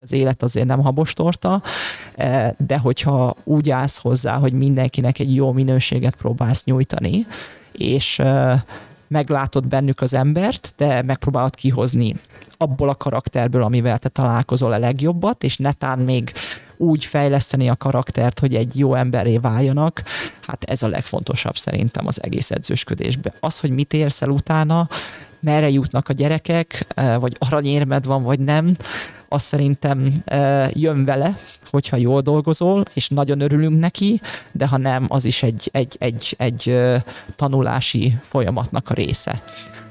Az élet azért nem habostorta, de hogyha úgy állsz hozzá, hogy mindenkinek egy jó minőséget próbálsz nyújtani, és meglátod bennük az embert, de megpróbálod kihozni abból a karakterből, amivel te találkozol a legjobbat, és netán még úgy fejleszteni a karaktert, hogy egy jó emberré váljanak, hát ez a legfontosabb szerintem az egész edzősködésben. Az, hogy mit érsz el utána, merre jutnak a gyerekek, vagy aranyérmed van, vagy nem, azt szerintem jön vele, hogyha jól dolgozol, és nagyon örülünk neki, de ha nem, az is egy tanulási folyamatnak a része.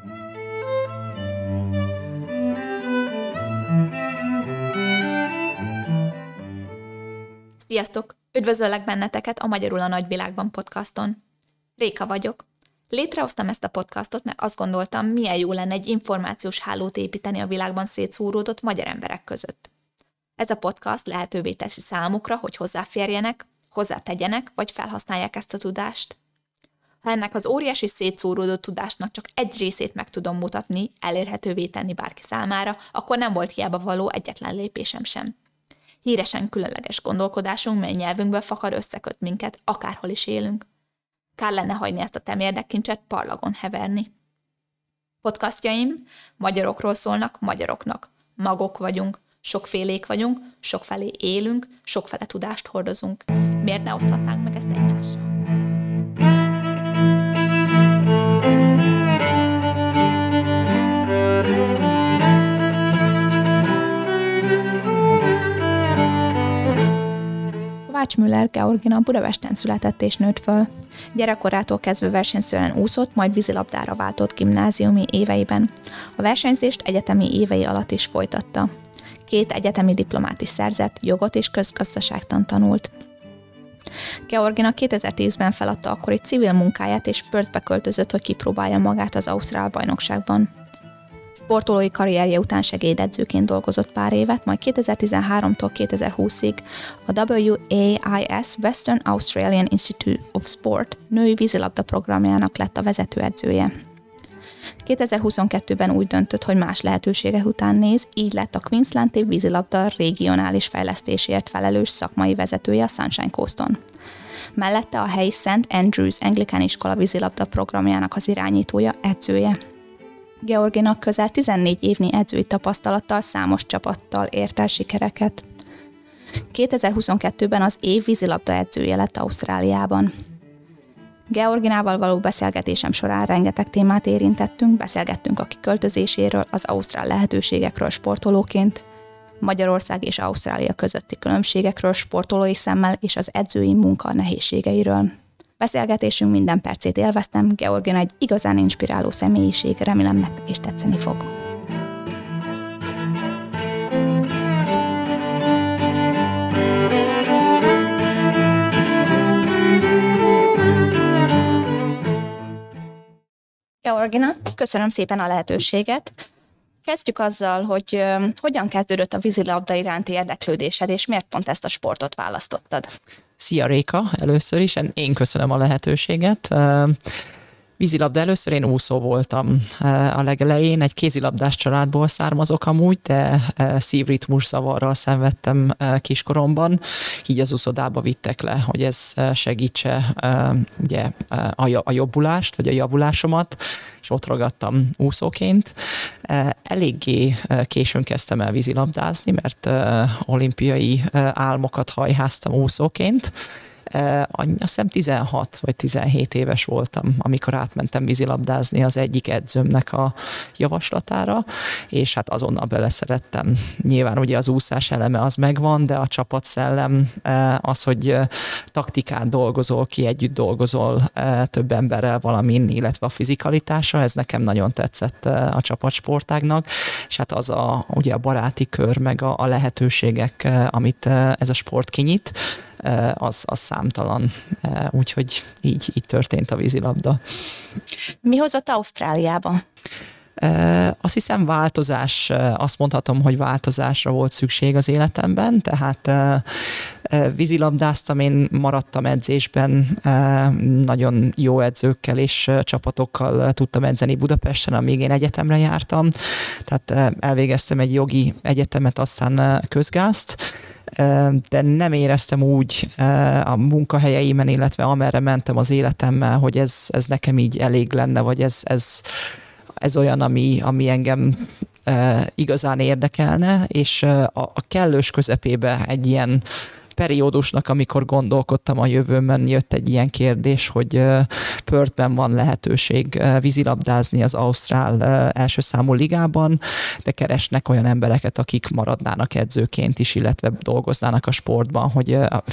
Sziasztok! Üdvözöllek benneteket a Magyarul a Nagyvilágban podcaston. Réka vagyok. Létrehoztam ezt a podcastot, mert azt gondoltam, milyen jó lenne egy információs hálót építeni a világban szétszóródott magyar emberek között. Ez a podcast lehetővé teszi számukra, hogy hozzáférjenek, hozzátegyenek, vagy felhasználják ezt a tudást. Ha ennek az óriási szétszóródott tudásnak csak egy részét meg tudom mutatni, elérhetővé tenni bárki számára, akkor nem volt hiába való egyetlen lépésem sem. Híresen különleges gondolkodásunk, mely nyelvünkből fakad, összeköt minket, akárhol is élünk. Kár lenne hagyni ezt a temérdekincset parlagon heverni. Podcastjaim magyarokról szólnak magyaroknak. Magok vagyunk, sokfélék vagyunk, sokfelé élünk, sokfele tudást hordozunk. Miért ne oszthatnánk meg ezt egymással? Kovács Müller Georgina Budapesten született és nőtt föl. Gyerekkorától kezdve versenyszerűen úszott, majd vízilabdára váltott gimnáziumi éveiben. A versenyzést egyetemi évei alatt is folytatta. 2 egyetemi diplomát is szerzett, jogot és közgazdaságtant tanult. Georgina 2010-ben feladta akkori civil munkáját és Perthbe költözött, hogy kipróbálja magát az ausztrál bajnokságban. Sportolói karrierje után segédedzőként dolgozott pár évet, majd 2013-tól 2020-ig a WAIS Western Australian Institute of Sport női vízilabda programjának lett a vezetőedzője. 2022-ben úgy döntött, hogy más lehetőségek után néz, így lett a Queensland-i vízilabda regionális fejlesztésért felelős szakmai vezetője a Sunshine Coaston. Mellette a helyi St. Andrews Anglikán iskola vízilabda programjának az irányítója, edzője. Georgina közel 14 évnyi edzői tapasztalattal számos csapattal ért el sikereket. 2022-ben az év vízilabda edzője lett Ausztráliában. Georginával való beszélgetésem során rengeteg témát érintettünk, beszélgettünk a kiköltözéséről, az ausztrál lehetőségekről sportolóként, Magyarország és Ausztrália közötti különbségekről sportolói szemmel és az edzői munka nehézségeiről. Beszélgetésünk minden percét élveztem, Georgina egy igazán inspiráló személyiség, remélem nektek is tetszeni fog. Georgina, köszönöm szépen a lehetőséget. Kezdjük azzal, hogy hogyan kezdődött a vízilabda iránti érdeklődésed, és miért pont ezt a sportot választottad? Szia Réka, először is, én köszönöm a lehetőséget. Vízilabda először én úszó voltam a legelején, egy kézilabdás családból származok amúgy, de szívritmus zavarral szenvedtem kiskoromban, így az úszodába vittek le, hogy ez segítse ugye, a jobbulást, vagy a javulásomat, és ott ragadtam úszóként. Eléggé későn kezdtem el vízilabdázni, mert olimpiai álmokat hajháztam úszóként. Azt hiszem 16 vagy 17 éves voltam, amikor átmentem vízilabdázni az egyik edzőmnek a javaslatára, és hát azonnal beleszerettem. Nyilván ugye az úszás eleme az megvan, de a csapatszellem az, hogy taktikát dolgozol ki, együtt dolgozol több emberrel valamin, illetve a fizikalitása, ez nekem nagyon tetszett a csapatsportágnak, és hát az ugye a baráti kör, meg a lehetőségek, amit ez a sport kinyit, az számtalan. Úgyhogy így történt a vízilabda. Mi hozott Ausztráliába? Azt hiszem változás, azt mondhatom, hogy változásra volt szükség az életemben, tehát vízilabdáztam, én maradtam edzésben, nagyon jó edzőkkel és csapatokkal tudtam edzeni Budapesten, amíg én egyetemre jártam, tehát elvégeztem egy jogi egyetemet, aztán közgázt, de nem éreztem úgy a munkahelyeimen, illetve amerre mentem az életemmel, hogy ez nekem így elég lenne, vagy ez olyan, ami engem igazán érdekelne, és a kellős közepébe egy ilyen periódusnak, amikor gondolkodtam a jövőmben, jött egy ilyen kérdés, hogy Perthben van lehetőség vízilabdázni az ausztrál első számú ligában, de keresnek olyan embereket, akik maradnának edzőként is, illetve dolgoznának a sportban, hogy a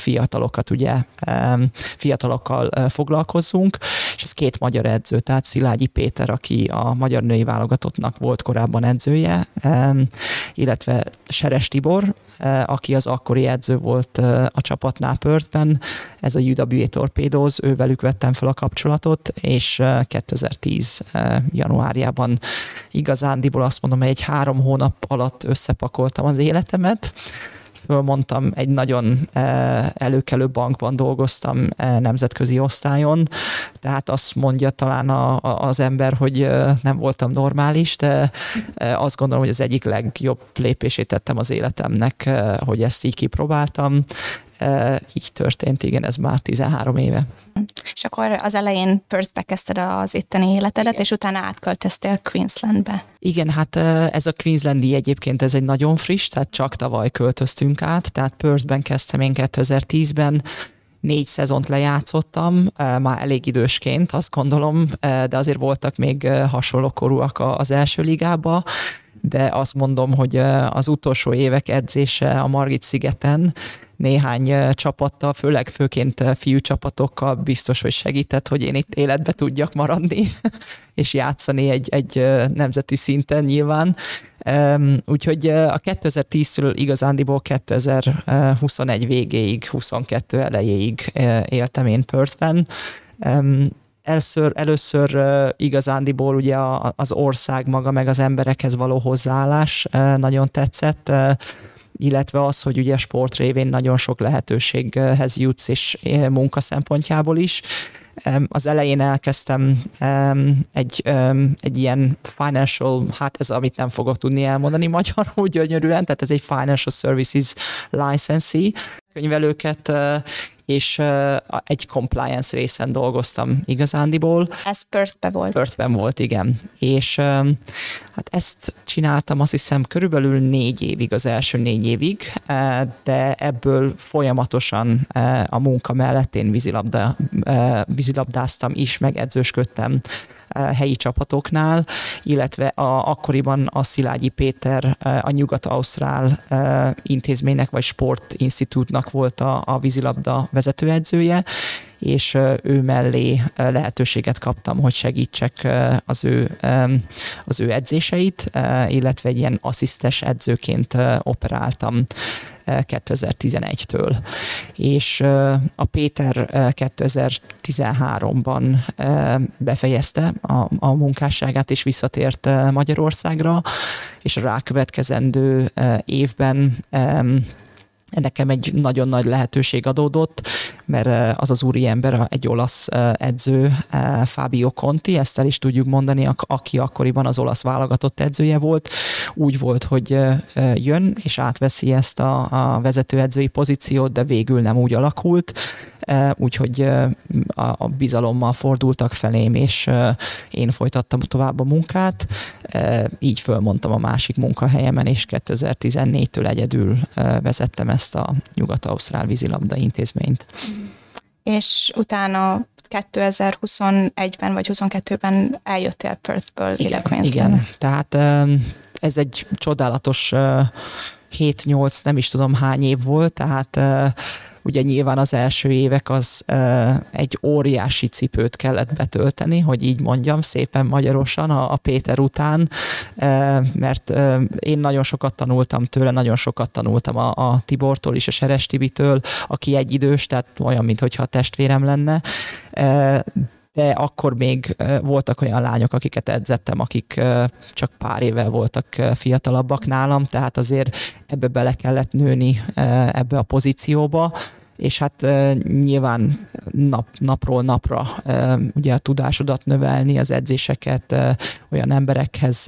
fiatalokkal foglalkozzunk, és ez 2 magyar edző, tehát Szilágyi Péter, aki a magyar női válogatottnak volt korábban edzője, illetve Seres Tibor, aki az akkori edző volt a csapatnál Perthben, ez a UWA Torpedoes, ővelük vettem fel a kapcsolatot, és 2010 januárjában igazándiból azt mondom, hogy egy 3 hónap alatt összepakoltam az életemet, fölmondtam, egy nagyon előkelő bankban dolgoztam nemzetközi osztályon, tehát azt mondja talán az ember, hogy nem voltam normális, de azt gondolom, hogy az egyik legjobb lépését tettem az életemnek, hogy ezt így kipróbáltam. Így történt, igen, ez már 13 éve. És akkor az elején Perthbe kezdted az itteni életedet, igen. És utána átköltöztél Queenslandbe. Igen, hát ez a Queenslandi egyébként ez egy nagyon friss, tehát csak tavaly költöztünk át, tehát Perthben kezdtem én 2010-ben, 4 szezont lejátszottam, már elég idősként, azt gondolom, de azért voltak még hasonló korúak az első ligába, de azt mondom, hogy az utolsó évek edzése a Margit-szigeten néhány csapattal, főként fiú csapatokkal biztos, hogy segített, hogy én itt életbe tudjak maradni, és játszani egy nemzeti szinten nyilván. Úgyhogy a 2010-től igazándiból 2021 végéig, 22 elejéig éltem én Perthben. Először igazándiból ugye az ország maga, meg az emberekhez való hozzáállás nagyon tetszett, illetve az, hogy ugye sport révén nagyon sok lehetőséghez jutsz, és munka szempontjából is. Az elején elkezdtem egy ilyen financial, hát ez amit nem fogok tudni elmondani magyarul gyönyörűen, tehát ez egy Financial Services Licensee könyvelőket, és egy compliance részen dolgoztam igazándiból. Ez Perthben volt? Perthben volt, igen. És hát ezt csináltam azt hiszem körülbelül 4 évig, az első 4 évig, de ebből folyamatosan a munka mellett én vízilabdáztam is, meg edzősködtem helyi csapatoknál, illetve akkoriban a Szilágyi Péter a Nyugat-Ausztrál intézménynek vagy sportinstitútnak volt a vízilabda vezetőedzője, és ő mellé lehetőséget kaptam, hogy segítsek az ő edzéseit, illetve egy ilyen asszisztes edzőként operáltam 2011-től. És a Péter 2013-ban befejezte a munkásságát, és visszatért Magyarországra, és a rákövetkezendő évben nekem egy nagyon nagy lehetőség adódott, mert az úriember egy olasz edző, Fabio Conti, ezt el is tudjuk mondani, aki akkoriban az olasz válogatott edzője volt. Úgy volt, hogy jön és átveszi ezt a vezetőedzői pozíciót, de végül nem úgy alakult, úgyhogy a bizalommal fordultak felém, és én folytattam tovább a munkát. Így fölmondtam a másik munkahelyemen, és 2014-től egyedül vezettem ezt a Nyugat-Ausztrál vízilabda intézményt. És utána 2021-ben vagy 22-ben eljöttél Perthből ide Queenslandbe. Igen, tehát ez egy csodálatos 7-8, nem is tudom hány év volt, tehát ugye nyilván az első évek az egy óriási cipőt kellett betölteni, hogy így mondjam szépen magyarosan a Péter után, mert én nagyon sokat tanultam tőle, nagyon sokat tanultam a Tibortól is, a Seres Tibitől, aki egy idős, tehát olyan, mintha testvérem lenne, de akkor még voltak olyan lányok, akiket edzettem, akik csak pár évvel voltak fiatalabbak nálam, tehát azért ebbe bele kellett nőni ebbe a pozícióba, és hát nyilván napról napra ugye a tudásodat növelni, az edzéseket olyan emberekhez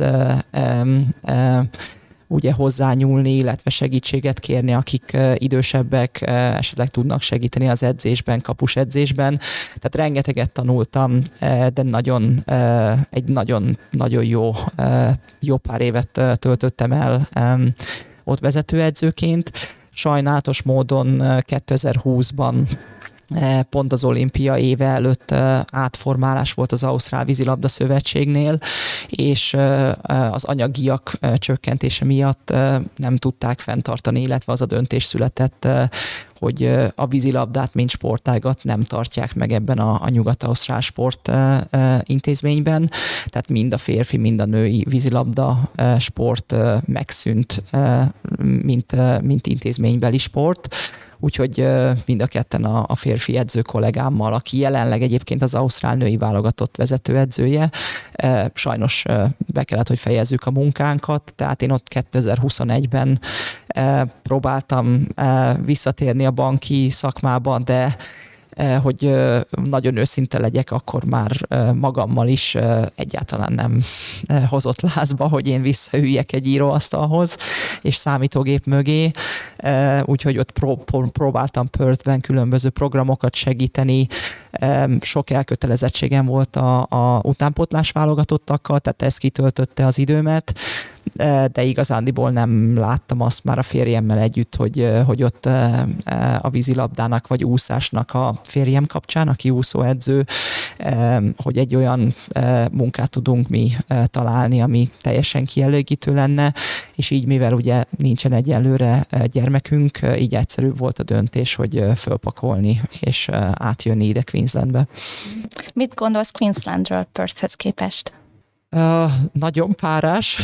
ugye hozzányúlni, illetve segítséget kérni, akik idősebbek, esetleg tudnak segíteni az edzésben, kapus edzésben. Tehát rengeteget tanultam, de egy nagyon jó pár évet töltöttem el ott vezetőedzőként. Sajnálatos módon 2020-ban pont az olimpia éve előtt átformálás volt az Ausztrál Vízilabda Szövetségnél, és az anyagiak csökkentése miatt nem tudták fenntartani, illetve az a döntés született, hogy a vízilabdát, mint sportágat nem tartják meg ebben a Nyugat-Ausztrál sport intézményben. Tehát mind a férfi, mind a női vízilabda sport megszűnt, mint intézménybeli sport. Úgyhogy mind a ketten a férfi edző kollégámmal, aki jelenleg egyébként az ausztrál női válogatott vezetőedzője, sajnos be kellett, hogy fejezzük a munkánkat, tehát én ott 2021-ben próbáltam visszatérni a banki szakmába, de hogy nagyon őszinte legyek, akkor már magammal is egyáltalán nem hozott lázba, hogy én visszaüljek egy íróasztalhoz és számítógép mögé, úgyhogy ott próbáltam Perthben különböző programokat segíteni, sok elkötelezettségem volt a utánpótlás válogatottakkal, tehát ez kitöltötte az időmet, de igazándiból nem láttam azt már a férjemmel együtt, hogy ott a vízilabdának vagy úszásnak a férjem kapcsán, aki úszóedző, hogy egy olyan munkát tudunk mi találni, ami teljesen kielégítő lenne, és így mivel ugye nincsen egyelőre gyermekünk, így egyszerűbb volt a döntés, hogy fölpakolni és átjönni ide Queenslandbe. Mit gondolsz Queenslandről Perthhez képest? Nagyon párás.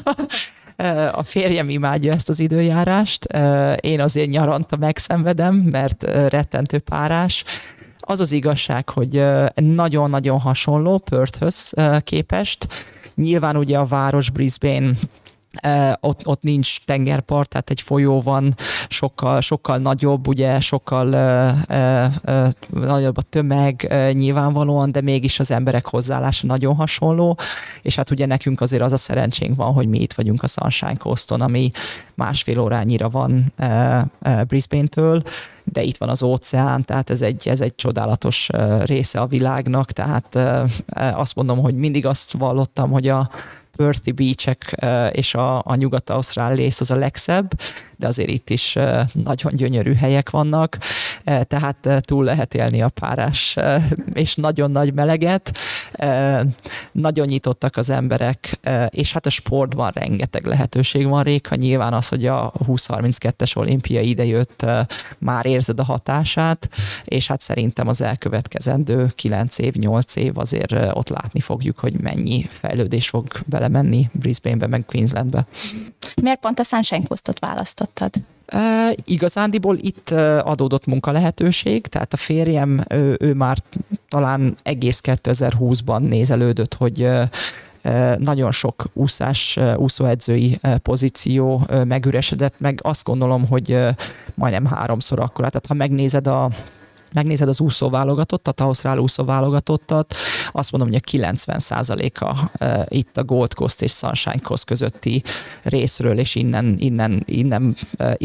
A férjem imádja ezt az időjárást. Én azért nyaranta megszenvedem, mert rettentő párás. Az az igazság, hogy nagyon-nagyon hasonló Perthhöz képest. Nyilván ugye a város Brisbane, ott nincs tengerpart, tehát egy folyó van, sokkal nagyobb, ugye sokkal nagyobb a tömeg nyilvánvalóan, de mégis az emberek hozzáállása nagyon hasonló, és hát ugye nekünk azért az a szerencsénk van, hogy mi itt vagyunk a Sunshine Coaston, ami 1,5 órányira van Brisbane-től, de itt van az óceán, tehát ez egy csodálatos része a világnak, tehát azt mondom, hogy mindig azt vallottam, hogy a Perthi beachek és a nyugat-ausztrál rész az a legszebb, de azért itt is nagyon gyönyörű helyek vannak, tehát túl lehet élni a párás és nagyon nagy meleget. Nagyon nyitottak az emberek, és hát a sportban rengeteg lehetőség van, Réka. Nyilván az, hogy a 2032-es olimpia idejött, már érzed a hatását, és hát szerintem az elkövetkezendő 9 év, 8 év azért ott látni fogjuk, hogy mennyi fejlődés fog belemenni Brisbane-be, meg Queenslandbe. Miért pont a Sunshine Coastot választottad? Igazándiból itt adódott munkalehetőség, tehát a férjem, ő már talán egész 2020-ban nézelődött, hogy nagyon sok úszóedzői pozíció megüresedett, meg azt gondolom, hogy majdnem 3-szor akkora. Tehát ha megnézed az úszóválogatottat, ausztrál úszóválogatottat, azt mondom, hogy a 90%-a itt a Gold Coast és Sunshine Coast közötti részről, és innen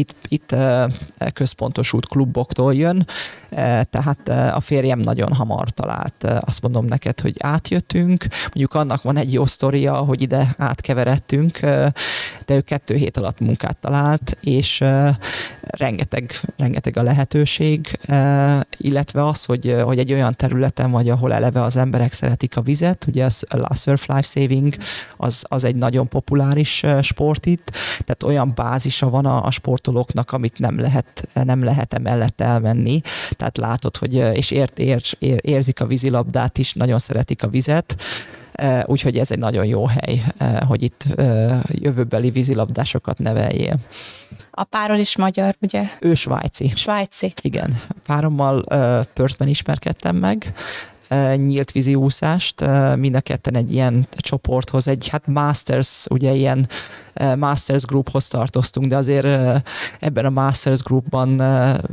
központosult kluboktól jön. Tehát a férjem nagyon hamar talált, azt mondom neked, hogy átjöttünk. Mondjuk annak van egy jó sztoria, hogy ide átkeveredtünk, de ő 2 hét alatt munkát talált, és rengeteg a lehetőség, illetve az, hogy egy olyan területen vagy, ahol eleve az emberek szeretik a vizet, ugye a surf life saving az egy nagyon populáris sport itt, tehát olyan bázisa van a sportolóknak, amit nem lehet emellett elmenni, tehát látod, hogy és érzik a vízilabdát is, nagyon szeretik a vizet, úgyhogy ez egy nagyon jó hely, hogy itt jövőbeli vízilabdásokat neveljél. A párod is magyar, ugye? Ő svájci. Svájci. Igen. Párommal Perthben ismerkedtem meg, nyílt vízi úszást, mind a ketten egy ilyen csoporthoz, egy Masters, ugye ilyen Masters Grouphoz tartoztunk, de azért ebben a Masters Groupban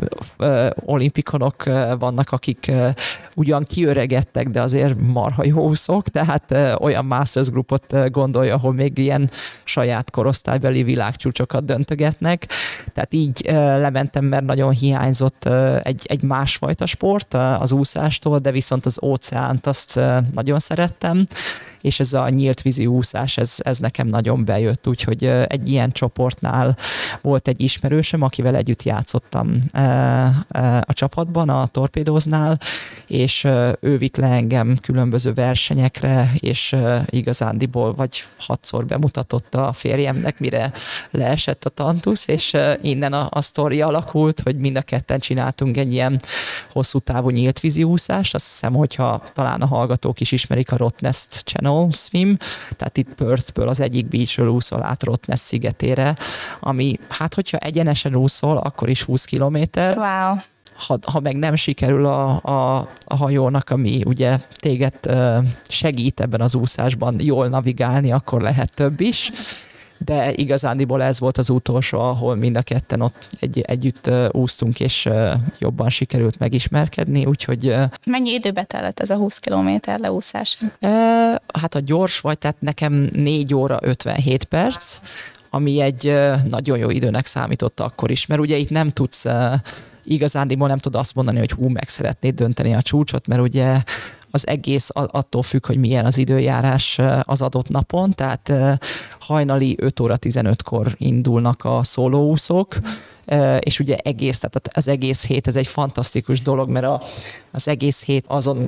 olimpikonok vannak, akik ugyan kiöregedtek, de azért marha jó úszók, tehát olyan Masters Groupot gondolja, ahol még ilyen saját korosztálybeli világcsúcsokat döntögetnek. Tehát így lementem, mert nagyon hiányzott egy másfajta sport az úszástól, de viszont az óceánt azt nagyon szerettem, és ez a nyílt vízi úszás, ez nekem nagyon bejött, úgyhogy egy ilyen csoportnál volt egy ismerősöm, akivel együtt játszottam a csapatban, a Torpédóznál, és ő vitt le engem különböző versenyekre, és igazándiból vagy 6-szor bemutatott a férjemnek, mire leesett a tantusz, és innen a sztori alakult, hogy mind a ketten csináltunk egy ilyen hosszú távú nyílt vízi úszást. Azt hiszem, hogyha talán a hallgatók is ismerik a Rottnest Channel Swim, tehát itt Perthből az egyik beachről úszol át Rottnest szigetére, ami hogyha egyenesen úszol, akkor is 20 kilométer. Wow. Ha meg nem sikerül a hajónak, ami ugye téged segít ebben az úszásban jól navigálni, akkor lehet több is. De igazándiból ez volt az utolsó, ahol mind a ketten ott együtt úsztunk, és jobban sikerült megismerkedni, úgyhogy... Mennyi időbe tellett ez a 20 kilométer leúszás? A gyors vagy, tehát nekem 4 óra 57 perc, ami egy nagyon jó időnek számított akkor is, mert ugye itt nem tudsz... Igazándiból nem tudod azt mondani, hogy meg szeretnéd dönteni a csúcsot, mert ugye az egész attól függ, hogy milyen az időjárás az adott napon, tehát hajnali 5 óra 15-kor indulnak a szólóúszók, és ugye tehát az egész hét, ez egy fantasztikus dolog, mert az egész hét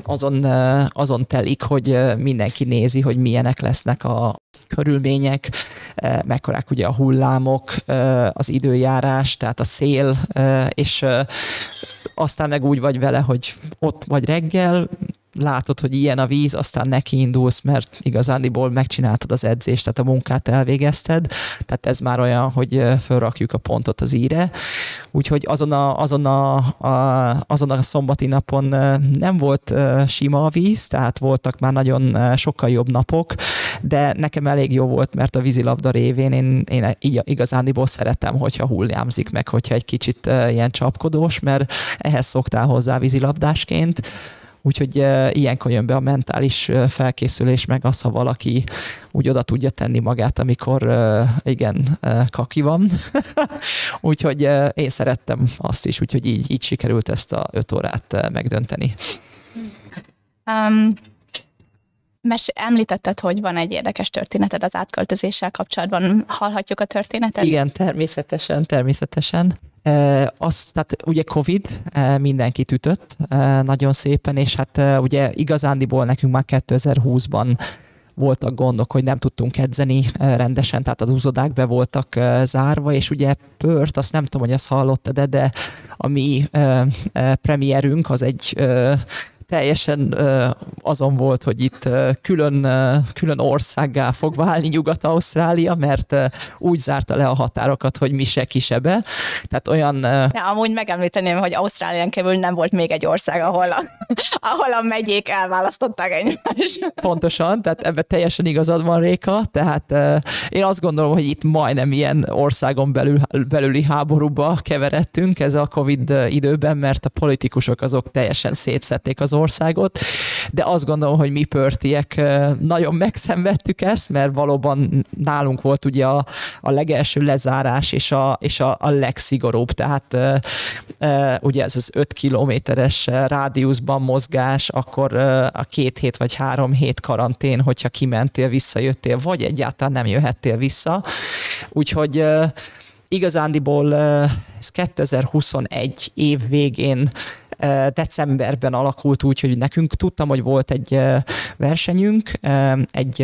azon telik, hogy mindenki nézi, hogy milyenek lesznek a körülmények, mekkorák ugye a hullámok, az időjárás, tehát a szél, és aztán meg úgy vagy vele, hogy ott vagy reggel, látod, hogy ilyen a víz, aztán neki indulsz, mert igazándiból megcsináltad az edzést, tehát a munkát elvégezted, tehát ez már olyan, hogy fölrakjuk a pontot az i-re. Úgyhogy azon a szombati napon nem volt sima a víz, tehát voltak már nagyon sokkal jobb napok, de nekem elég jó volt, mert a vízilabda révén én igazándiból szeretem, hogyha hullámzik meg, hogyha egy kicsit ilyen csapkodós, mert ehhez szoktál hozzá vízilabdásként. Úgyhogy ilyenkor jön be a mentális felkészülés, meg az, ha valaki úgy oda tudja tenni magát, amikor kaki van. Úgyhogy én szerettem azt is, úgyhogy így sikerült ezt a 5 órát megdönteni. Említetted, hogy van egy érdekes történeted az átköltözéssel kapcsolatban. Hallhatjuk a történetet? Igen, természetesen. Tehát ugye Covid mindenkit ütött nagyon szépen, és ugye igazándiból nekünk már 2020-ban voltak gondok, hogy nem tudtunk edzeni rendesen, tehát az úzodák be voltak zárva, és ugye Perth, azt nem tudom, hogy azt hallottad, de a mi premierünk az egy teljesen azon volt, hogy itt külön országgá fog válni Nyugat-Ausztrália, mert úgy zárta le a határokat, hogy mi se kisebe. Tehát olyan... amúgy megemlíteném, hogy Ausztrálián kívül nem volt még egy ország, ahol a megyék elválasztották egymást. Pontosan, tehát ebben teljesen igazad van, Réka, tehát én azt gondolom, hogy itt majdnem ilyen országon belüli háborúba keveredtünk ez a Covid időben, mert a politikusok azok teljesen szétszették az országot, de azt gondolom, hogy mi perthiek nagyon megszenvedtük ezt, mert valóban nálunk volt ugye a legelső lezárás és a legszigorúbb, tehát ugye ez az 5 kilométeres rádiuszban mozgás, akkor a 2 hét vagy 3 hét karantén, hogyha kimentél, visszajöttél, vagy egyáltalán nem jöhettél vissza. Úgyhogy igazándiból ez 2021 év végén decemberben alakult úgy, hogy nekünk tudtam, hogy volt egy versenyünk, egy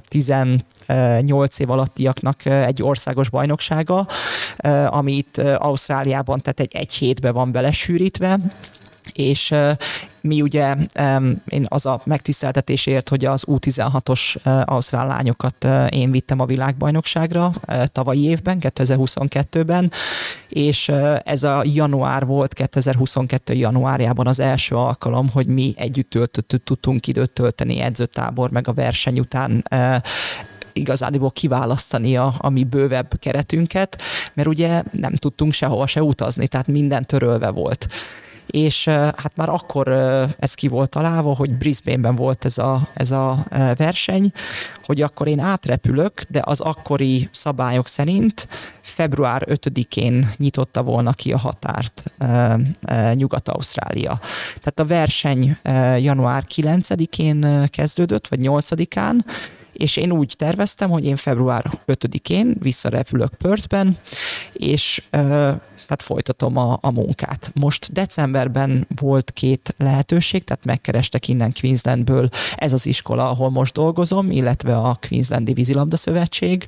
18 év alattiaknak egy országos bajnoksága, amit Ausztráliában, tehát egy hétbe van belesűrítve, és mi ugye, én az a megtiszteltetésért, hogy az U16-os ausztrál lányokat én vittem a világbajnokságra tavalyi évben, 2022-ben, és ez a január volt, 2022 januárjában az első alkalom, hogy mi együtt tudtunk időt tölteni edzőtábor, meg a verseny után igazából kiválasztani a mi bővebb keretünket, mert ugye nem tudtunk sehova se utazni, tehát minden törölve volt. És hát már akkor ez ki volt találva, hogy Brisbane-ben volt ez a verseny, hogy akkor én átrepülök, de az akkori szabályok szerint február 5-én nyitotta volna ki a határt Nyugat-Ausztrália. Tehát a verseny január 9-én kezdődött, vagy 8-án, és én úgy terveztem, hogy én február 5-én visszarepülök Perthben, és tehát folytatom a munkát. Most decemberben volt 2 lehetőség, tehát megkerestek innen Queenslandből, ez az iskola, ahol most dolgozom, illetve a Queenslandi Vízilabda Szövetség,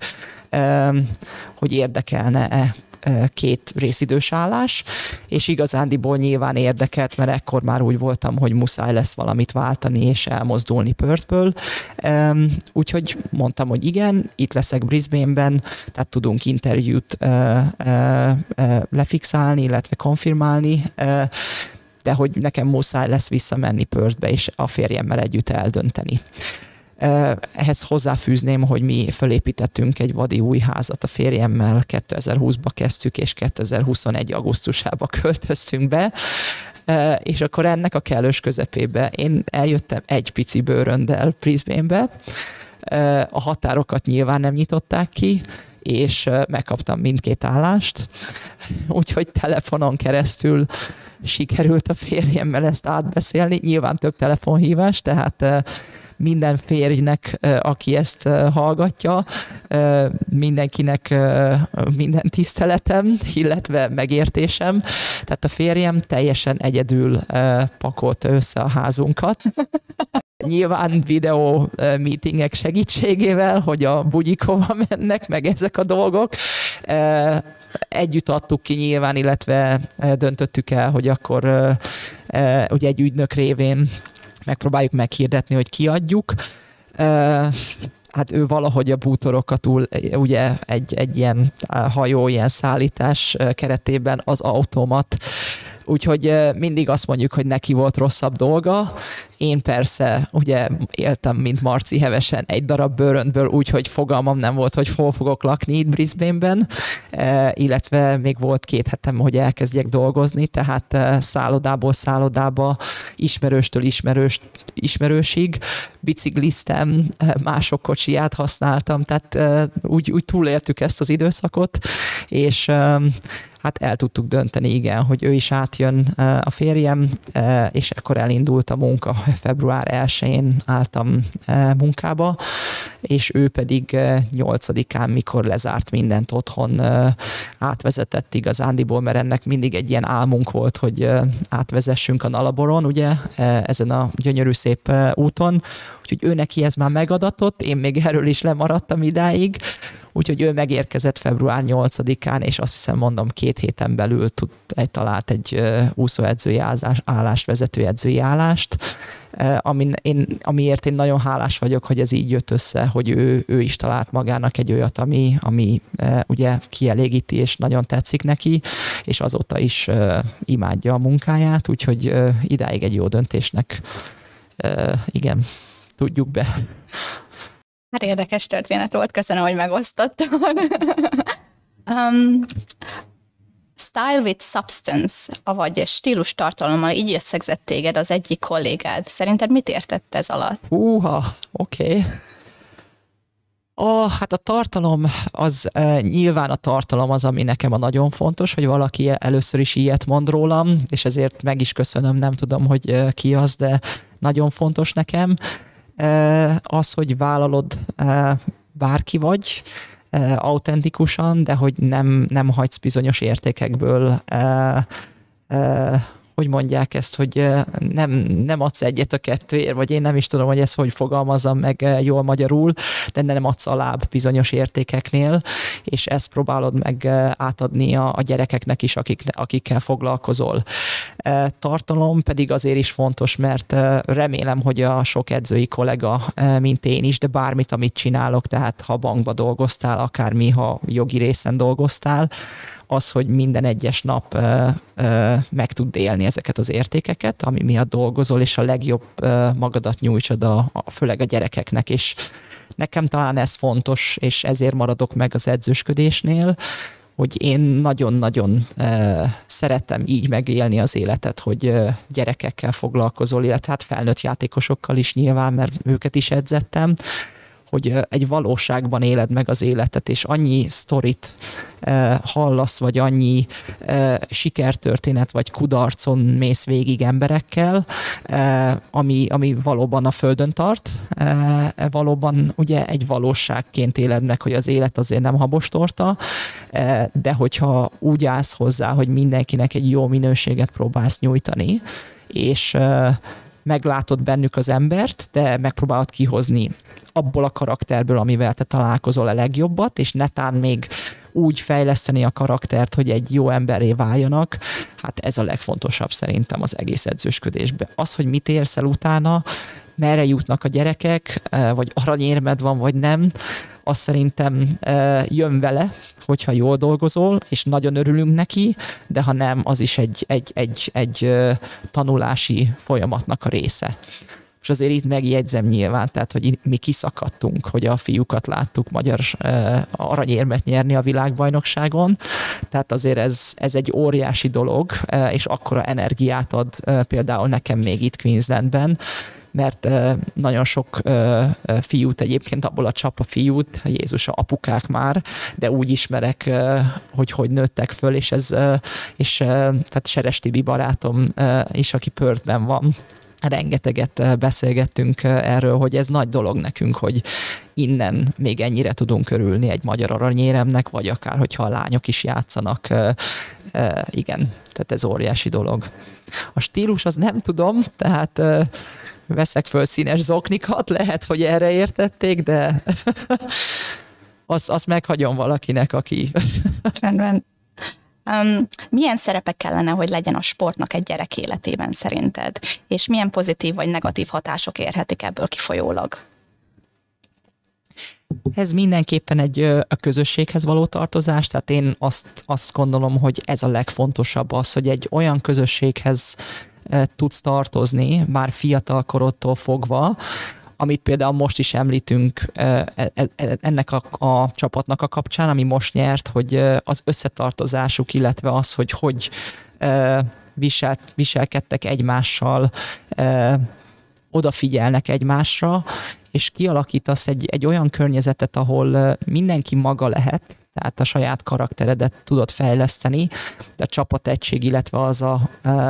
hogy érdekelne-e 2 részidős állás, és igazándiból nyilván érdekelt, mert ekkor már úgy voltam, hogy muszáj lesz valamit váltani és elmozdulni Perthből. Úgyhogy mondtam, hogy igen, itt leszek Brisbane-ben, tehát tudunk interjút lefixálni, illetve konfirmálni, de hogy nekem muszáj lesz visszamenni Perthbe, és a férjemmel együtt eldönteni. Ehhez hozzáfűzném, hogy mi fölépítettünk egy vadi új házat a férjemmel, 2020-ba kezdtük, és 2021. augusztusába költöztünk be, és akkor ennek a kellős közepébe én eljöttem egy pici bőröndel Brisbane-be, a határokat nyilván nem nyitották ki, és megkaptam mindkét állást, úgyhogy telefonon keresztül sikerült a férjemmel ezt átbeszélni, nyilván több telefonhívás, tehát minden férjnek, aki ezt hallgatja, mindenkinek minden tiszteletem, illetve megértésem. Tehát a férjem teljesen egyedül pakolta össze a házunkat. Nyilván videó meetingek segítségével, hogy a bugyik hova mennek, meg ezek a dolgok. Együtt adtuk ki nyilván, illetve döntöttük el, hogy akkor ugye egy ügynök révén megpróbáljuk meghirdetni, hogy kiadjuk. Hát ő valahogy a bútorokat ugye egy ilyen hajó, ilyen szállítás keretében az automat. Úgyhogy mindig azt mondjuk, hogy neki volt rosszabb dolga. Én persze ugye éltem, mint Marci hevesen egy darab bőröndből, úgyhogy fogalmam nem volt, hogy hol fogok lakni itt Brisbane-ben, illetve még volt 2 hetem, hogy elkezdjek dolgozni, tehát szállodából szállodába, ismerőstől ismerősig, bicikliztem, mások kocsiját használtam, tehát úgy túléltük ezt az időszakot, és hát el tudtuk dönteni, igen, hogy ő is átjön a férjem, és akkor elindult a munka. Február 1-én álltam munkába, és ő pedig 8-án, mikor lezárt mindent otthon, átvezetett igazándiból, mert ennek mindig egy ilyen álmunk volt, hogy átvezessünk a Nullaboron, ugye, ezen a gyönyörű szép úton, úgyhogy ő neki ez már megadatott, én még erről is lemaradtam idáig, úgyhogy ő megérkezett február 8-án, és azt hiszem, mondom, 2 héten belül talált egy úszóedzői állást, vezetőedzői állást, amiért én nagyon hálás vagyok, hogy ez így jött össze, hogy ő is talált magának egy olyat, ami ugye kielégíti, és nagyon tetszik neki, és azóta is imádja a munkáját, úgyhogy idáig egy jó döntésnek igen, tudjuk be. Hát érdekes történet volt, köszönöm, hogy megosztottad. Style with substance, vagy stílus tartalommal így összegzett téged az egyik kollégád. Szerinted mit értett ez alatt? Oké. Hát a tartalom, nyilván a tartalom az, ami nekem a nagyon fontos, hogy valaki először is ilyet mond rólam, és ezért meg is köszönöm, nem tudom, hogy ki az, de nagyon fontos nekem. Az, hogy vállalod bárki vagy, autentikusan, de hogy nem hagysz bizonyos értékekből hogy mondják ezt, hogy nem adsz egyet a kettőért, vagy én nem is tudom, hogy ezt hogy fogalmazzam meg jól magyarul, de nem adsz alább bizonyos értékeknél, és ezt próbálod meg átadni a gyerekeknek is, akikkel foglalkozol. Tartalom pedig azért is fontos, mert remélem, hogy a sok edzői kollega, mint én is, de bármit, amit csinálok, tehát ha bankba dolgoztál, akármi, ha jogi részen dolgoztál, az, hogy minden egyes nap meg tud élni ezeket az értékeket, ami miatt dolgozol, és a legjobb magadat nyújtsad főleg a gyerekeknek, és nekem talán ez fontos, és ezért maradok meg az edzősködésnél, hogy én nagyon-nagyon szeretem így megélni az életet, hogy gyerekekkel foglalkozol, illetve hát felnőtt játékosokkal is nyilván, mert őket is edzettem, hogy egy valóságban éled meg az életet, és annyi sztorit hallasz, vagy annyi sikertörténet, vagy kudarcon mész végig emberekkel, ami valóban a földön tart, valóban ugye egy valóságként éled meg, hogy az élet azért nem habostorta, de hogyha úgy állsz hozzá, hogy mindenkinek egy jó minőséget próbálsz nyújtani, és meglátod bennük az embert, de megpróbálod kihozni abból a karakterből, amivel te találkozol a legjobbat, és netán még úgy fejleszteni a karaktert, hogy egy jó emberré váljanak, hát ez a legfontosabb szerintem az egész edzősködésben. Az, hogy mit érsz el utána, merre jutnak a gyerekek, vagy aranyérmed van, vagy nem, azt szerintem jön vele, hogyha jól dolgozol, és nagyon örülünk neki, de ha nem, az is egy tanulási folyamatnak a része. És azért itt megjegyzem nyilván, tehát, hogy mi kiszakadtunk, hogy a fiúkat láttuk magyar aranyérmet nyerni a világbajnokságon, tehát azért ez egy óriási dolog, és akkora energiát ad például nekem még itt Queenslandben, mert nagyon sok fiút egyébként, abból a csapa fiút, Jézus, apukák már, de úgy ismerek, hogy nőttek föl, és tehát Seres Tibi barátom is, aki Perthben van, rengeteget beszélgettünk erről, hogy ez nagy dolog nekünk, hogy innen még ennyire tudunk örülni egy magyar aranyéremnek, vagy akár, hogyha a lányok is játszanak. Igen, tehát ez óriási dolog. A stílus az nem tudom, tehát veszek föl színes zoknikat, lehet, hogy erre értették, de azt meghagyom valakinek, aki... Rendben. Milyen szerepe kellene, hogy legyen a sportnak egy gyerek életében szerinted? És milyen pozitív vagy negatív hatások érhetik ebből kifolyólag? Ez mindenképpen a közösséghez való tartozás, tehát én azt gondolom, hogy ez a legfontosabb az, hogy egy olyan közösséghez tudsz tartozni, már fiatal korodtól fogva, amit például most is említünk ennek a csapatnak a kapcsán, ami most nyert, hogy az összetartozásuk, illetve az, hogy viselkedtek egymással, odafigyelnek egymásra, és kialakítasz egy olyan környezetet, ahol mindenki maga lehet, tehát a saját karakteredet tudod fejleszteni, de a csapategység, illetve az a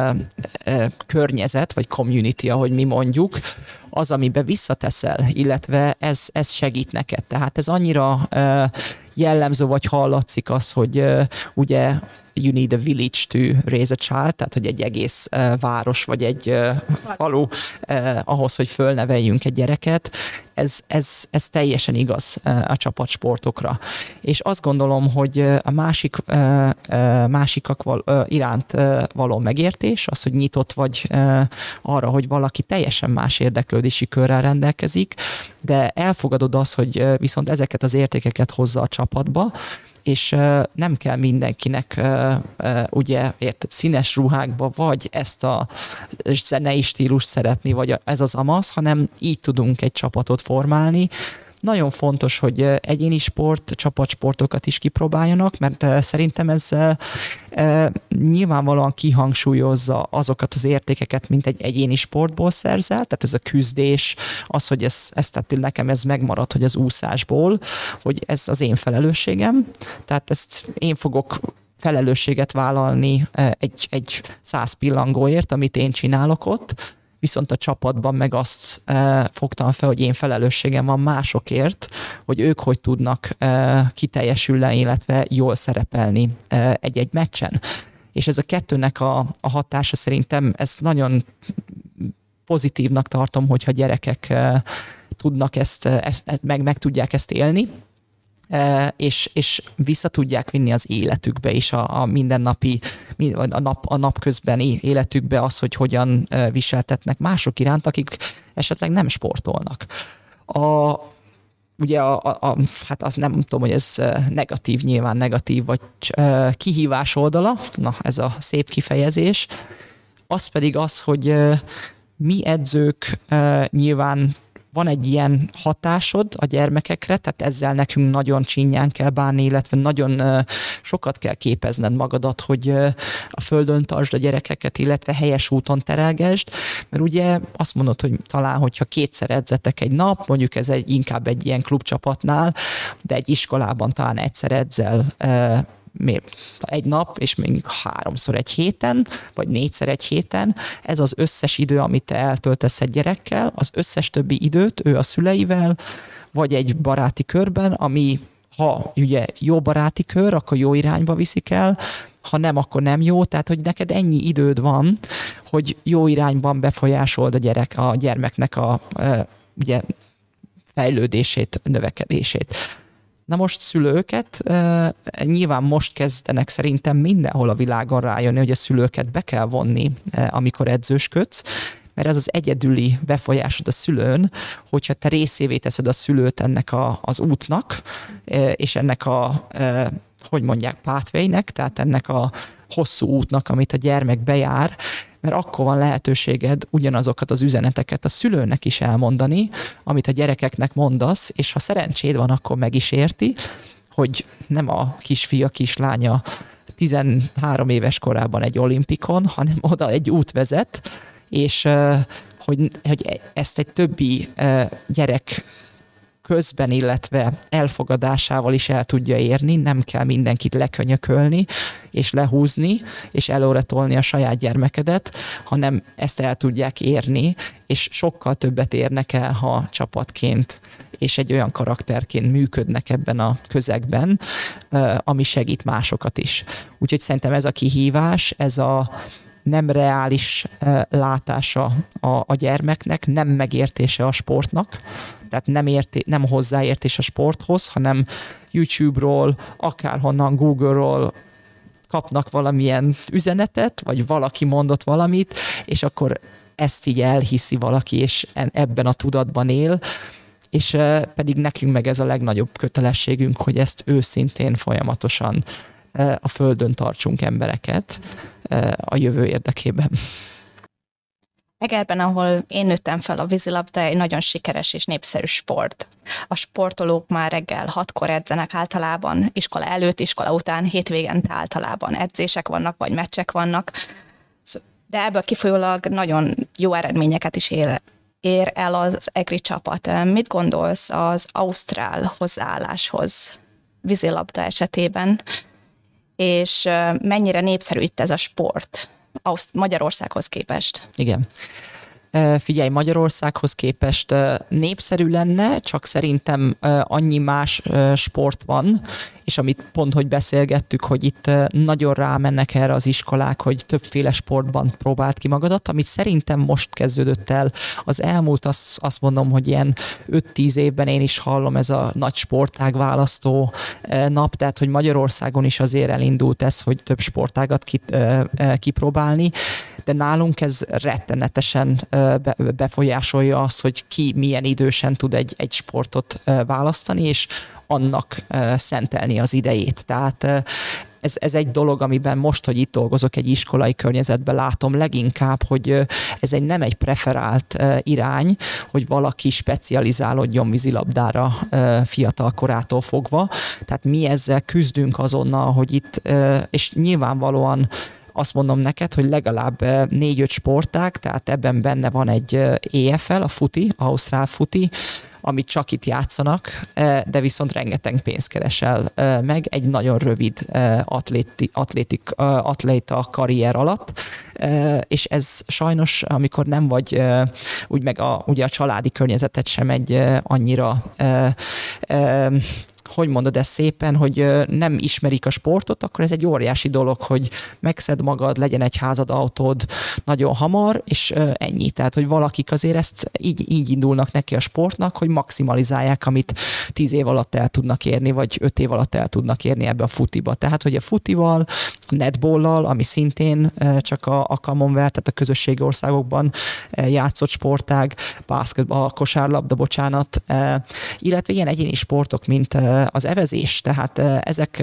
környezet, vagy community, ahogy mi mondjuk, az, amiben visszateszel, illetve ez segít neked. Tehát ez annyira jellemző, vagy hallatszik az, hogy ugye you need a village to raise a child, tehát hogy egy egész város, vagy egy falu ahhoz, hogy fölneveljünk egy gyereket. Ez teljesen igaz a csapatsportokra. És azt gondolom, hogy a másikak iránt való megértés, az, hogy nyitott vagy arra, hogy valaki teljesen más érdeklődési körrel rendelkezik, de elfogadod azt, hogy viszont ezeket az értékeket hozza a csapatba, és nem kell mindenkinek ugye érted, színes ruhákba, vagy ezt a zenei stílust szeretni, vagy ez az amaz, hanem így tudunk egy csapatot formálni. Nagyon fontos, hogy egyéni sport, csapatsportokat is kipróbáljanak, mert szerintem ez nyilvánvalóan kihangsúlyozza azokat az értékeket, mint egy egyéni sportból szerzel, tehát ez a küzdés, az, hogy tehát például nekem ez megmarad, hogy az úszásból, hogy ez az én felelősségem, tehát ezt én fogok felelősséget vállalni egy 100 pillangóért, amit én csinálok ott, viszont a csapatban meg azt fogtam fel, hogy én felelősségem van másokért, hogy ők hogy tudnak kiteljesülni, illetve jól szerepelni egy-egy meccsen. és ez a kettőnek a hatása szerintem, ez nagyon pozitívnak tartom, hogyha gyerekek tudnak ezt meg tudják ezt élni, és vissza tudják vinni az életükbe is, a mindennapi, a napközbeni életükbe az, hogy hogyan viseltetnek mások iránt, akik esetleg nem sportolnak. Ugye hát azt nem tudom, hogy ez negatív, nyilván negatív, vagy kihívás oldala, na ez a szép kifejezés, az pedig az, hogy mi edzők nyilván van egy ilyen hatásod a gyermekekre, tehát ezzel nekünk nagyon csinyán kell bánni, illetve nagyon sokat kell képezned magadat, hogy a földön tartsd a gyerekeket, illetve helyes úton terelgesd, mert ugye azt mondod, hogy talán, hogyha 2-szer edzetek egy nap, mondjuk ez inkább egy ilyen klubcsapatnál, de egy iskolában talán 1-szer edzel egy nap, és még 3-szor egy héten, vagy 4-szer egy héten, ez az összes idő, amit te eltöltesz egy gyerekkel, az összes többi időt ő a szüleivel, vagy egy baráti körben, ami ha ugye jó baráti kör, akkor jó irányba viszik el, ha nem, akkor nem jó, tehát hogy neked ennyi időd van, hogy jó irányban befolyásold a gyermeknek a ugye, fejlődését, növekedését. Na most szülőket, nyilván most kezdenek szerintem mindenhol a világon rájönni, hogy a szülőket be kell vonni, amikor edzősködsz, mert ez az egyedüli befolyásod a szülőn, hogyha te részévé teszed a szülőt ennek az útnak, és ennek hogy mondják, pathwaynek, tehát ennek a hosszú útnak, amit a gyermek bejár, mert akkor van lehetőséged ugyanazokat az üzeneteket a szülőnek is elmondani, amit a gyerekeknek mondasz, és ha szerencséd van, akkor meg is érti, hogy nem a kisfia, kislánya 13 éves korában egy olimpikon, hanem oda egy út vezet, és hogy ezt egy többi gyerek közben, illetve elfogadásával is el tudja érni, nem kell mindenkit lekönyökölni, és lehúzni, és előretolni a saját gyermekedet, hanem ezt el tudják érni, és sokkal többet érnek el, ha csapatként és egy olyan karakterként működnek ebben a közegben, ami segít másokat is. Úgyhogy szerintem ez a kihívás, ez a nem reális látása a gyermeknek, nem megértése a sportnak, tehát nem hozzáértés a sporthoz, hanem YouTube-ról, akárhonnan, Google-ról kapnak valamilyen üzenetet, vagy valaki mondott valamit, és akkor ezt így elhiszi valaki, és ebben a tudatban él, és pedig nekünk meg ez a legnagyobb kötelességünk, hogy ezt őszintén folyamatosan a földön tartsunk embereket a jövő érdekében. Egerben, ahol én nőttem fel, a vízilabda egy nagyon sikeres és népszerű sport. A sportolók már reggel 6-kor edzenek általában, iskola előtt, iskola után, hétvégente általában edzések vannak, vagy meccsek vannak, de ebből kifolyólag nagyon jó eredményeket is ér el az egri csapat. Mit gondolsz az ausztrál hozzáálláshoz vízilabda esetében, és mennyire népszerű itt ez a sport Magyarországhoz képest? Igen. Figyelj, Magyarországhoz képest népszerű lenne, csak szerintem annyi más sport van, és amit pont, hogy beszélgettük, hogy itt nagyon rámennek erre az iskolák, hogy többféle sportban próbáld ki magadat, amit szerintem most kezdődött el. Az elmúlt, azt mondom, hogy ilyen 5-10 évben én is hallom, ez a nagy sportág választó nap, tehát hogy Magyarországon is azért elindult ez, hogy több sportágat kipróbálni, de nálunk ez rettenetesen befolyásolja azt, hogy ki milyen idősen tud egy sportot választani, és annak szentelni az idejét. Tehát ez egy dolog, amiben most, hogy itt dolgozok egy iskolai környezetben, látom leginkább, hogy ez nem egy preferált irány, hogy valaki specializálódjon vízilabdára fiatal korától fogva. Tehát mi ezzel küzdünk azonnal, hogy itt, és nyilvánvalóan azt mondom neked, hogy legalább 4-5 sportág, tehát ebben benne van egy EFL, a futi, ausztrál futi, amit csak itt játszanak, de viszont rengeteg pénzt keresel meg egy nagyon rövid atléta karrier alatt, és ez sajnos, amikor nem vagy, úgy meg ugye a családi környezetet sem egy annyira hogy mondod ezt szépen, hogy nem ismerik a sportot, akkor ez egy óriási dolog, hogy megszed magad, legyen egy házad, autód nagyon hamar, és ennyi. Tehát, hogy valakik azért ezt így indulnak neki a sportnak, hogy maximalizálják, amit 10 év alatt el tudnak érni, vagy 5 év alatt el tudnak érni ebbe a futiba. Tehát, hogy a futival, a netballal, ami szintén csak a Commonwealth, tehát a közösségi országokban játszott sportág, basketball, kosárlabda, bocsánat, illetve ilyen egyéni sportok, mint az evezés, tehát ezek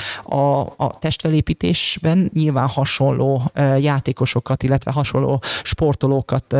a testfelépítésben nyilván hasonló játékosokat, illetve hasonló sportolókat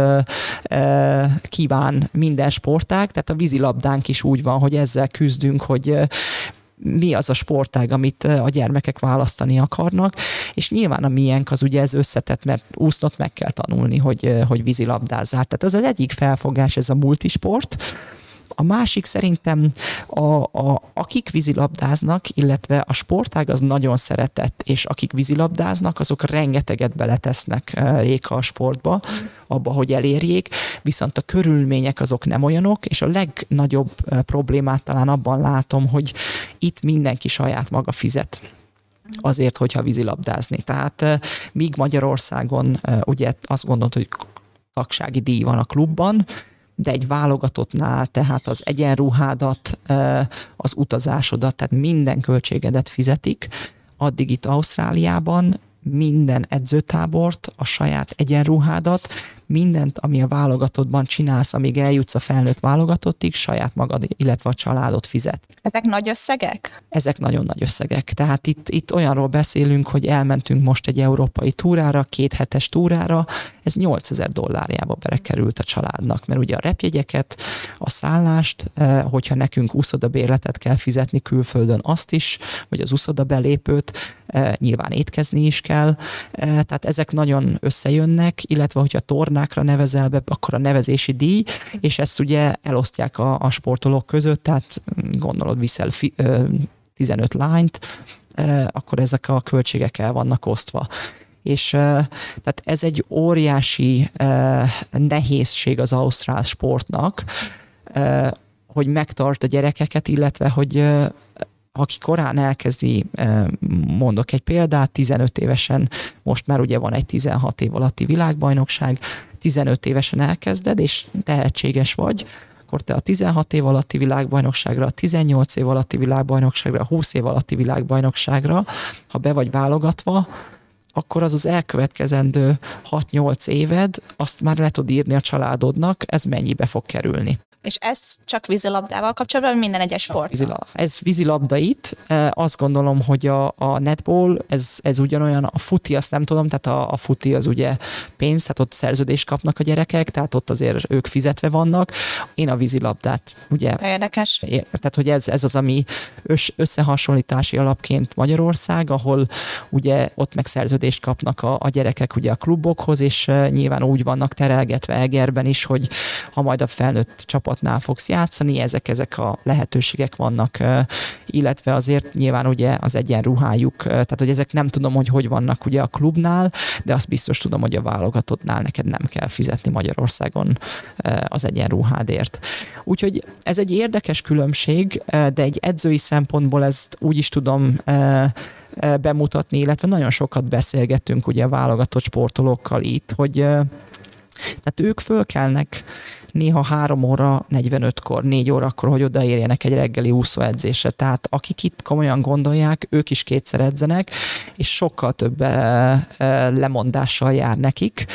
kíván minden sportág, tehát a vízilabdánk is úgy van, hogy ezzel küzdünk, hogy mi az a sportág, amit a gyermekek választani akarnak, és nyilván a miénk az ugye ez összetett, mert úsznot meg kell tanulni, hogy vízilabdázzál. Tehát az egyik felfogás, ez a multisport. A másik szerintem akik vízilabdáznak, illetve a sportág az nagyon szeretett, és akik vízilabdáznak, azok rengeteget beletesznek Réka a sportba, abba, hogy elérjék, viszont a körülmények azok nem olyanok, és a legnagyobb problémát talán abban látom, hogy itt mindenki saját maga fizet azért, hogyha vízilabdázni. Tehát míg Magyarországon ugye azt gondolod, hogy tagsági díj van a klubban, de egy válogatottnál, tehát az egyenruhádat, az utazásodat, tehát minden költségedet fizetik, addig itt Ausztráliában minden edzőtábort, a saját egyenruhádat, mindent, ami a válogatottban csinálsz, amíg eljutsz a felnőtt válogatottig, saját magad, illetve a családot fizet. Ezek nagy összegek? Ezek nagyon nagy összegek. Tehát itt olyanról beszélünk, hogy elmentünk most egy európai túrára, 2 hetes túrára, ez $8000 belekerült a családnak, mert ugye a repjegyeket, a szállást, hogyha nekünk uszodabérletet kell fizetni külföldön, azt is, vagy az uszodabelépőt, nyilván étkezni is kell, tehát ezek nagyon összejönnek, illetve hogyha tornákra nevezel be, akkor a nevezési díj, és ezt ugye elosztják a sportolók között, tehát gondolod viszel 15 lányt, akkor ezek a költségek el vannak osztva. És tehát ez egy óriási nehézség az ausztrál sportnak, hogy megtart a gyerekeket, illetve hogy aki korán elkezdi, mondok egy példát, 15 évesen, most már ugye van egy 16 év alatti világbajnokság, 15 évesen elkezded, és tehetséges vagy, akkor te a 16 év alatti világbajnokságra, a 18 év alatti világbajnokságra, a 20 év alatti világbajnokságra, ha be vagy válogatva, akkor az elkövetkezendő 6-8 éved, azt már le tud írni a családodnak, ez mennyibe fog kerülni. És ez csak vízilabdával kapcsolatban, minden egyes sport? Ez vízilabda itt. Azt gondolom, hogy a netball, ez ugyanolyan, a futi, azt nem tudom, tehát a futi az ugye pénz, tehát ott szerződést kapnak a gyerekek, tehát ott azért ők fizetve vannak. Én a vízilabdát, ugye... Érdekes. Tehát, hogy ez az, ami összehasonlítási alapként Magyarország, ahol ugye ott meg szerződést kapnak a gyerekek ugye a klubokhoz, és nyilván úgy vannak terelgetve Egerben is, hogy ha majd a felnőtt csapatnál fogsz játszani, ezek a lehetőségek vannak, illetve azért nyilván ugye az egyenruhájuk, tehát hogy ezek nem tudom, hogy vannak ugye a klubnál, de azt biztos tudom, hogy a válogatottnál neked nem kell fizetni Magyarországon az egyenruhádért. Úgyhogy ez egy érdekes különbség, de egy edzői szempontból ezt úgy is tudom bemutatni, illetve nagyon sokat beszélgettünk ugye a válogatott sportolókkal itt, hogy tehát ők fölkelnek néha 3 óra 45-kor, 4 órakor, hogy odaérjenek egy reggeli úszóedzésre. Tehát akik itt komolyan gondolják, ők is 2-szer edzenek, és sokkal több lemondással jár nekik.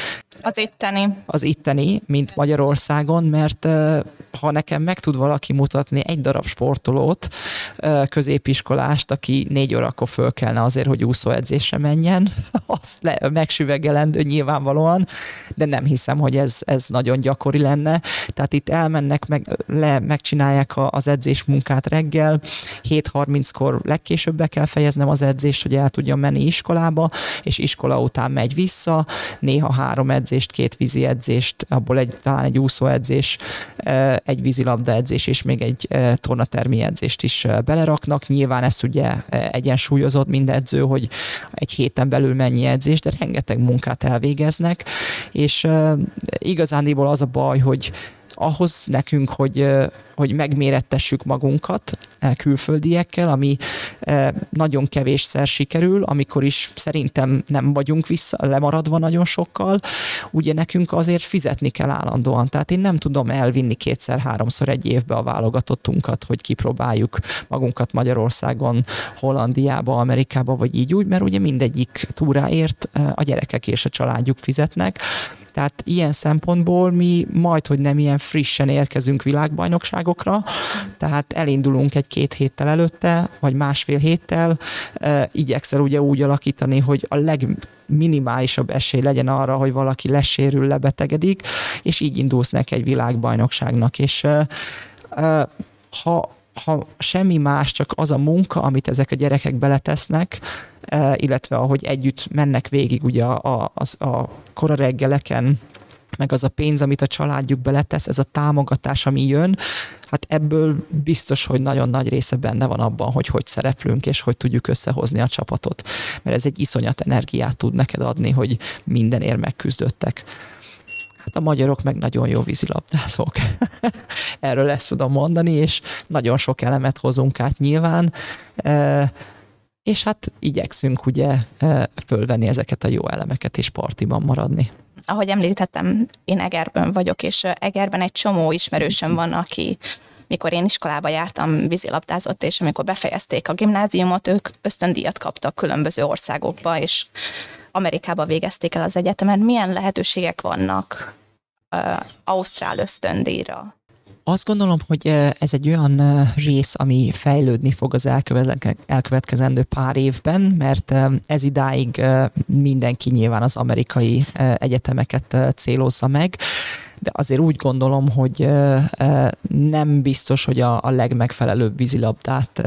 Az itteni, mint Magyarországon, mert ha nekem meg tud valaki mutatni egy darab sportolót, középiskolást, aki 4 órakor fölkelne azért, hogy úszóedzésre menjen, az megsüvegelendő nyilvánvalóan, de nem hiszem, hogy ez nagyon gyakori lenne. Tehát itt elmennek, megcsinálják az edzésmunkát reggel, 7:30-kor legkésőbb be kell fejeznem az edzést, hogy el tudjam menni iskolába, és iskola után megy vissza, néha 3 edzést, 2 vízi edzést, abból talán egy úszóedzés, egy vízilabda edzés, és még egy tornatermi edzést is beleraknak. Nyilván ezt ugye egyensúlyozott mind edző, hogy egy héten belül mennyi edzés, de rengeteg munkát elvégeznek, és igazándiból az a baj, hogy ahhoz nekünk, hogy megmérettessük magunkat, külföldiekkel, ami nagyon kevésszer sikerül, amikor is szerintem nem vagyunk lemaradva nagyon sokkal, ugye nekünk azért fizetni kell állandóan. Tehát én nem tudom elvinni 2-3-szor egy évbe a válogatottunkat, hogy kipróbáljuk magunkat Magyarországon, Hollandiába, Amerikába, vagy így úgy, mert ugye mindegyik túráért a gyerekek és a családjuk fizetnek. Tehát ilyen szempontból mi majdhogy nem ilyen frissen érkezünk világbajnokságokra, tehát elindulunk 1-2 héttel előtte, vagy másfél héttel, igyekszel ugye úgy alakítani, hogy a legminimálisabb esély legyen arra, hogy valaki lesérül, lebetegedik, és így indulsz neki egy világbajnokságnak. És ha semmi más, csak az a munka, amit ezek a gyerekek beletesznek, illetve ahogy együtt mennek végig ugye a kora reggeleken, meg az a pénz, amit a családjuk beletesz, ez a támogatás, ami jön, hát ebből biztos, hogy nagyon nagy része benne van abban, hogy szereplünk, és hogy tudjuk összehozni a csapatot. Mert ez egy iszonyat energiát tud neked adni, hogy mindenért megküzdöttek. Hát a magyarok meg nagyon jó vízilabdázók. Erről ezt tudom mondani, és nagyon sok elemet hozunk át nyilván, és hát igyekszünk ugye fölvenni ezeket a jó elemeket és partiban maradni. Ahogy említettem, én Egerből vagyok, és Egerben egy csomó ismerősöm van, aki mikor én iskolába jártam, vízilabdázott, és amikor befejezték a gimnáziumot, ők ösztöndíjat kaptak különböző országokba, és Amerikába végezték el az egyetemet. Milyen lehetőségek vannak ausztrál ösztöndíjra? Azt gondolom, hogy ez egy olyan rész, ami fejlődni fog az elkövetkezendő pár évben, mert ez idáig mindenki nyilván az amerikai egyetemeket célozza meg, de azért úgy gondolom, hogy nem biztos, hogy a legmegfelelőbb vízilabdát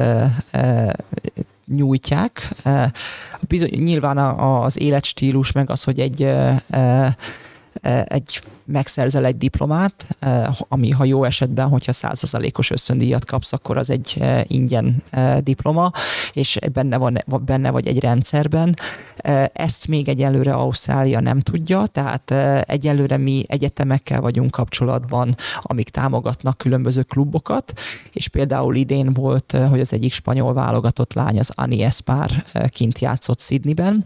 nyújtják. Nyilván az életstílus, meg az, hogy egy megszerzel egy diplomát, ami ha jó esetben, hogyha 100%-os ösztöndíjat kapsz, akkor az egy ingyen diploma, és benne vagy egy rendszerben. Ezt még egyelőre Ausztrália nem tudja, tehát egyelőre mi egyetemekkel vagyunk kapcsolatban, amik támogatnak különböző klubokat, és például idén volt, hogy az egyik spanyol válogatott lány, az Ani Espár kint játszott Sydneyben,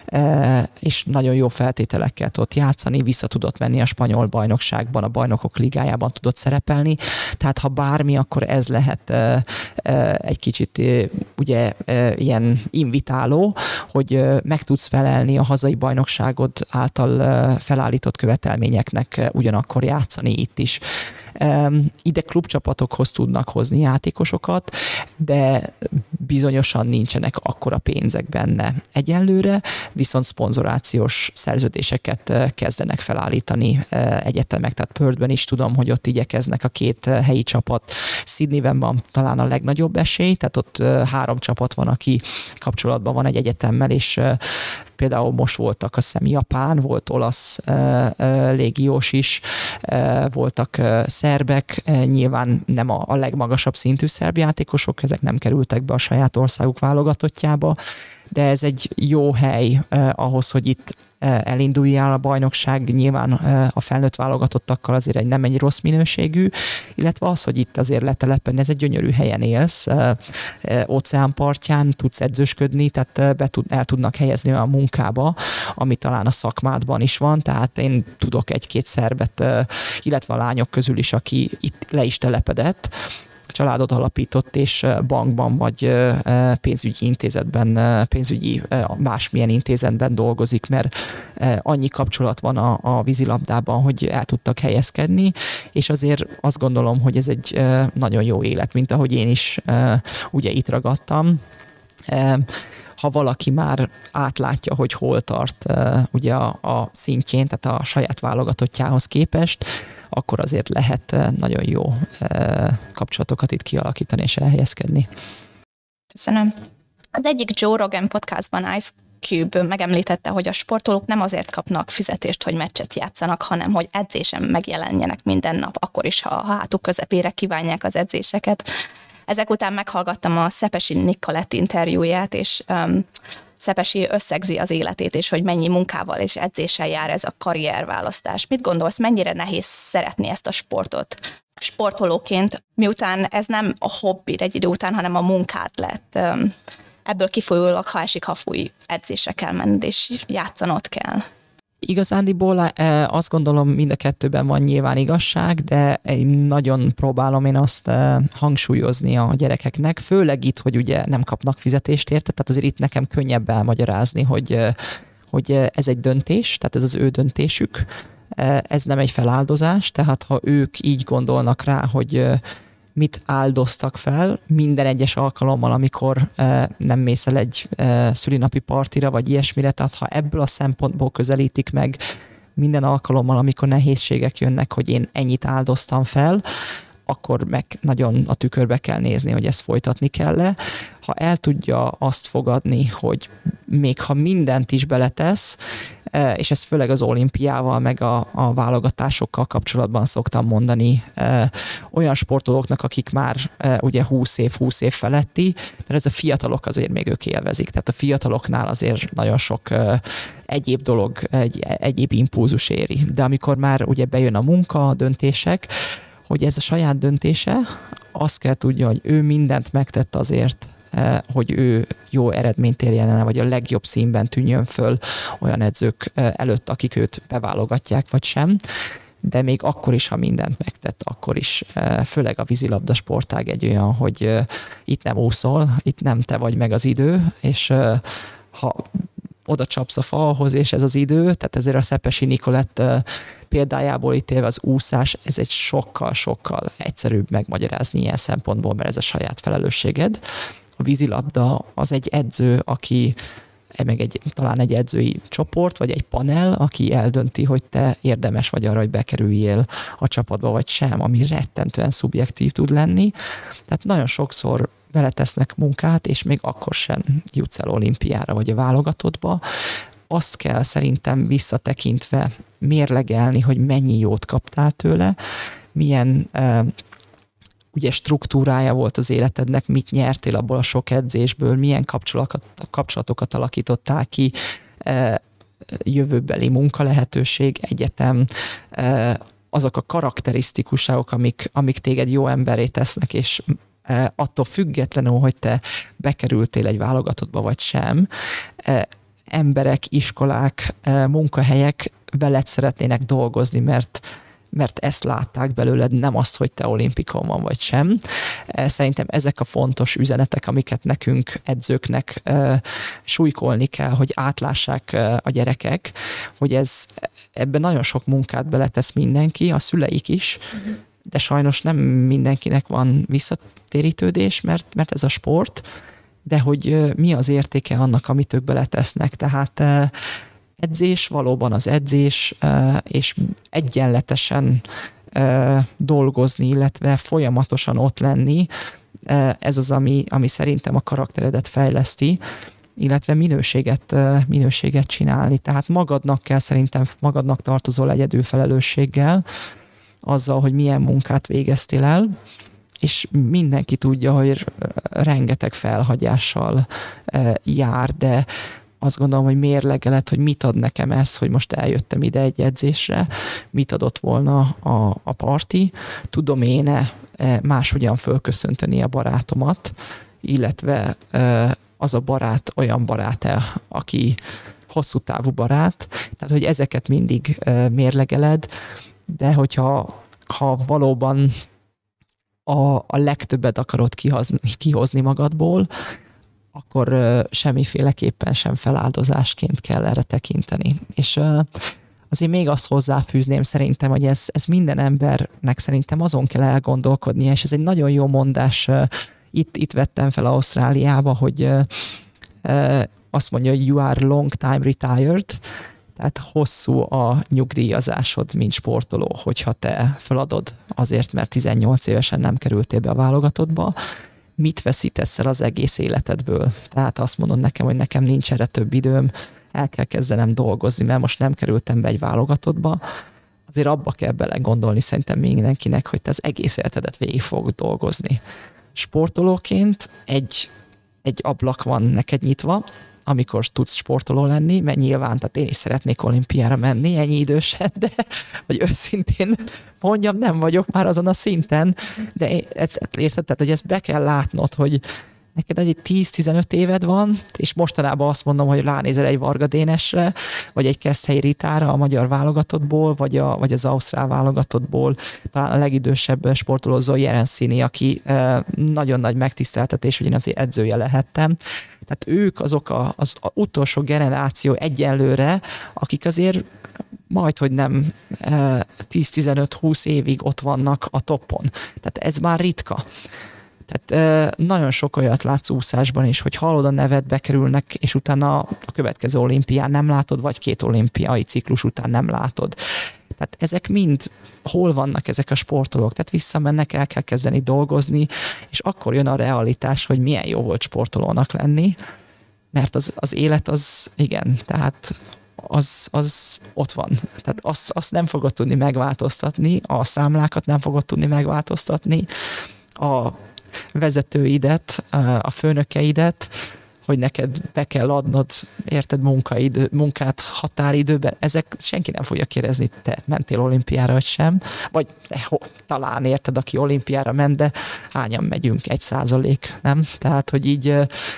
és nagyon jó feltételekkel tudott játszani, vissza tudott menni a spanyol bajnokságban, a bajnokok ligájában tudott szerepelni, tehát ha bármi, akkor ez lehet egy kicsit ugye ilyen invitáló, hogy meg tudsz felelni a hazai bajnokságod által felállított követelményeknek, ugyanakkor játszani itt is. Ide klubcsapatokhoz tudnak hozni játékosokat, de bizonyosan nincsenek akkora pénzek benne egyelőre, viszont szponzorációs szerződéseket kezdenek felállítani egyetemek, tehát Perthben is tudom, hogy ott igyekeznek a 2 helyi csapat. Sydneyben van talán a legnagyobb esély, tehát ott 3 csapat van, aki kapcsolatban van egy egyetemmel, és például most voltak, azt hiszem, japán, volt olasz légiós is, voltak szerbek, nyilván nem a legmagasabb szintű szerb játékosok, ezek nem kerültek be a saját országuk válogatottjába, de ez egy jó hely ahhoz, hogy itt elinduljál a bajnokság, nyilván a felnőtt válogatottakkal azért nem egy rossz minőségű, illetve az, hogy itt azért letelepedni, ez egy gyönyörű helyen élsz, óceánpartján tudsz edzősködni, tehát el tudnak helyezni olyan munkába, ami talán a szakmádban is van, tehát én tudok 1-2 szerbet, illetve a lányok közül is, aki itt le is telepedett, családot alapított, és bankban vagy pénzügyi intézetben, másmilyen intézetben dolgozik, mert annyi kapcsolat van a vízilabdában, hogy el tudtak helyezkedni, és azért azt gondolom, hogy ez egy nagyon jó élet, mint ahogy én is ugye itt ragadtam. Ha valaki már átlátja, hogy hol tart ugye a szintjén, tehát a saját válogatottjához képest, akkor azért lehet nagyon jó kapcsolatokat itt kialakítani és elhelyezkedni. Köszönöm. Az egyik Joe Rogan podcastban Ice Cube megemlítette, hogy a sportolók nem azért kapnak fizetést, hogy meccset játszanak, hanem hogy edzésen megjelenjenek minden nap, akkor is, ha a hátuk közepére kívánják az edzéseket. Ezek után meghallgattam a Szepesi Nikolett interjúját, és Szepesi összegzi az életét, és hogy mennyi munkával és edzéssel jár ez a karrierválasztás. Mit gondolsz, mennyire nehéz szeretni ezt a sportot? Sportolóként, miután ez nem a hobbi egy idő után, hanem a munkád lett, ebből kifolyólag, ha esik, ha fúj, edzésre kell menned, és játszanod kell. Igazándiból azt gondolom, mind a kettőben van nyilván igazság, de nagyon próbálom én azt hangsúlyozni a gyerekeknek, főleg itt, hogy ugye nem kapnak fizetést érte, tehát azért itt nekem könnyebb elmagyarázni, hogy ez egy döntés, tehát ez az ő döntésük, ez nem egy feláldozás, tehát ha ők így gondolnak rá, hogy mit áldoztak fel minden egyes alkalommal, amikor nem mész el egy szülinapi partira, vagy ilyesmire, tehát ha ebből a szempontból közelítik meg minden alkalommal, amikor nehézségek jönnek, hogy én ennyit áldoztam fel, akkor meg nagyon a tükörbe kell nézni, hogy ezt folytatni kell-e. Ha el tudja azt fogadni, hogy még ha mindent is beletesz, és ez főleg az olimpiával, meg a válogatásokkal kapcsolatban szoktam mondani olyan sportolóknak, akik már ugye 20 év feletti, mert ez a fiatalok azért még ők élvezik. Tehát a fiataloknál azért nagyon sok egyéb dolog, egyéb impulzus éri. De amikor már ugye bejön a munka, a döntések, hogy ez a saját döntése, azt kell tudja, hogy ő mindent megtett azért, hogy ő jó eredményt érjen el, vagy a legjobb színben tűnjön föl olyan edzők előtt, akik őt beválogatják, vagy sem. De még akkor is, ha mindent megtett, akkor is, főleg a vízilabda sportág egy olyan, hogy itt nem úszol, itt nem te vagy meg az idő, és ha oda csapsz a falhoz, és ez az idő, tehát ezért a Szepesi Nikolett példájából ítélve az úszás, ez egy sokkal-sokkal egyszerűbb megmagyarázni ilyen szempontból, mert ez a saját felelősséged. A vízilabda az egy edző, aki meg talán egy edzői csoport, vagy egy panel, aki eldönti, hogy te érdemes vagy arra, hogy bekerüljél a csapatba, vagy sem, ami rettentően szubjektív tud lenni. Tehát nagyon sokszor beletesznek munkát, és még akkor sem jutsz el olimpiára, vagy a válogatottba. Azt kell szerintem visszatekintve mérlegelni, hogy mennyi jót kaptál tőle, milyen ugye struktúrája volt az életednek, mit nyertél abból a sok edzésből, milyen kapcsolatokat alakítottál ki, jövőbeli munkalehetőség, egyetem, azok a karakterisztikusságok, amik téged jó emberré tesznek, és attól függetlenül, hogy te bekerültél egy válogatottba vagy sem, emberek, iskolák, munkahelyek veled szeretnének dolgozni, mert ezt látták belőled, nem azt, hogy te olimpikon van vagy sem. Szerintem ezek a fontos üzenetek, amiket nekünk, edzőknek súlykolni kell, hogy átlássák a gyerekek, hogy ebben nagyon sok munkát beletesz mindenki, a szüleik is, de sajnos nem mindenkinek van visszatérítődés, mert ez a sport, de hogy mi az értéke annak, amit ők beletesznek. Tehát edzés, valóban az edzés, és egyenletesen dolgozni, illetve folyamatosan ott lenni, ez az, ami szerintem a karakteredet fejleszti, illetve minőséget csinálni. Tehát magadnak tartozol egyedül felelősséggel, azzal, hogy milyen munkát végeztél el, és mindenki tudja, hogy rengeteg felhagyással jár, de azt gondolom, hogy mérlegelet, hogy mit ad nekem ez, hogy most eljöttem ide egy edzésre, mit adott volna a parti, tudom én-e máshogyan fölköszönteni a barátomat, illetve az a barát olyan barát-e, aki hosszú távú barát, tehát hogy ezeket mindig mérlegeled, de hogyha valóban a legtöbbet akarod kihozni magadból, akkor semmiféleképpen sem feláldozásként kell erre tekinteni. És azért még azt hozzáfűzném szerintem, hogy ez minden embernek szerintem azon kell elgondolkodnia, és ez egy nagyon jó mondás, itt vettem fel Ausztráliába, hogy azt mondja, hogy you are long time retired, tehát hosszú a nyugdíjazásod, mint sportoló, hogyha te feladod azért, mert 18 évesen nem kerültél be a válogatottba, mit veszítesz el az egész életedből? Tehát azt mondod nekem, hogy nekem nincs erre több időm, el kell kezdenem dolgozni, mert most nem kerültem be egy válogatottba. Azért abba kell belegondolni szerintem mindenkinek, hogy te az egész életedet végig fogod dolgozni. Sportolóként egy ablak van neked nyitva, amikor tudsz sportoló lenni, mert nyilván, tehát én is szeretnék olimpiára menni, ennyi idősen, de hogy őszintén mondjam, nem vagyok már azon a szinten, de érted, tehát, hogy ezt be kell látnod, hogy neked egy 10-15 éved van, és mostanában azt mondom, hogy ránézel egy Varga Dénesre, vagy egy Keszthelyi Ritára a magyar válogatottból, vagy az ausztrál válogatottból, talán a legidősebb sportoló Zoe Erenszini, aki nagyon nagy megtiszteltetés, hogy én azért edzője lehettem. Tehát ők azok az utolsó generáció egyenlőre, akik azért majdhogy nem 10-15-20 évig ott vannak a toppon. Tehát ez már ritka. Tehát nagyon sok olyat látsz úszásban is, hogy hallod a neved, bekerülnek, és utána a következő olimpián nem látod, vagy 2 olimpiai ciklus után nem látod. Tehát ezek mind hol vannak ezek a sportolók? Tehát visszamennek, el kell kezdeni dolgozni, és akkor jön a realitás, hogy milyen jó volt sportolónak lenni, mert az élet az, igen, tehát az ott van. Tehát azt nem fogod tudni megváltoztatni, a számlákat nem fogod tudni megváltoztatni, a vezetőidet, a főnökeidet, hogy neked be kell adnod, érted, munkát határidőben, ezek senki nem fogja kérdezni, te mentél olimpiára, vagy sem, vagy talán érted, aki olimpiára ment, de hányan megyünk, 1%, nem? Tehát, hogy így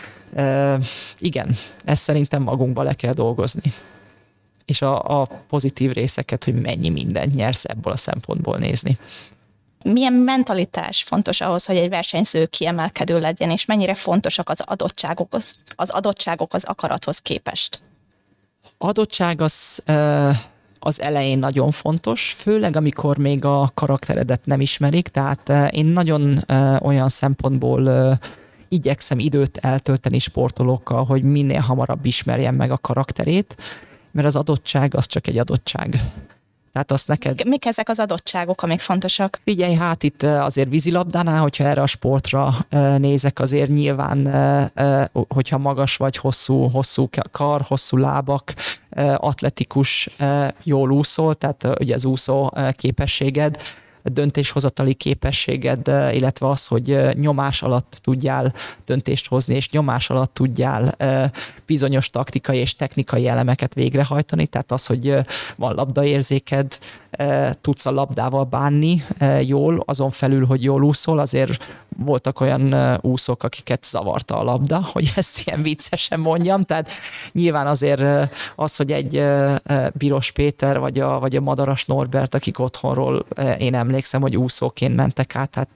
igen, ezt szerintem magunkba le kell dolgozni. És a pozitív részeket, hogy mennyi mindent nyersz ebből a szempontból nézni. Milyen mentalitás fontos ahhoz, hogy egy versenyző kiemelkedő legyen, és mennyire fontosak az adottságok az akarathoz képest? Adottság az elején nagyon fontos, főleg amikor még a karakteredet nem ismerik, tehát én nagyon olyan szempontból igyekszem időt eltölteni sportolókkal, hogy minél hamarabb ismerjem meg a karakterét, mert az adottság az csak egy adottság. Tehát azt neked... Mik ezek az adottságok, amik fontosak? Figyelj, hát itt azért vízilabdánál, hogyha erre a sportra nézek, azért nyilván, hogyha magas vagy, hosszú kar, hosszú lábak, atletikus, jól úszol, tehát ugye az úszó képességed, döntéshozatali képességed, illetve az, hogy nyomás alatt tudjál döntést hozni, és nyomás alatt tudjál bizonyos taktikai és technikai elemeket végrehajtani, tehát az, hogy van labdaérzéked, tudsz a labdával bánni jól, azon felül, hogy jól úszol, azért voltak olyan úszók, akiket zavarta a labda, hogy ezt ilyen viccesen mondjam, tehát nyilván azért az, hogy egy Biros Péter, vagy a Madaras Norbert, akik otthonról én emlékszem, hogy úszóként mentek át, hát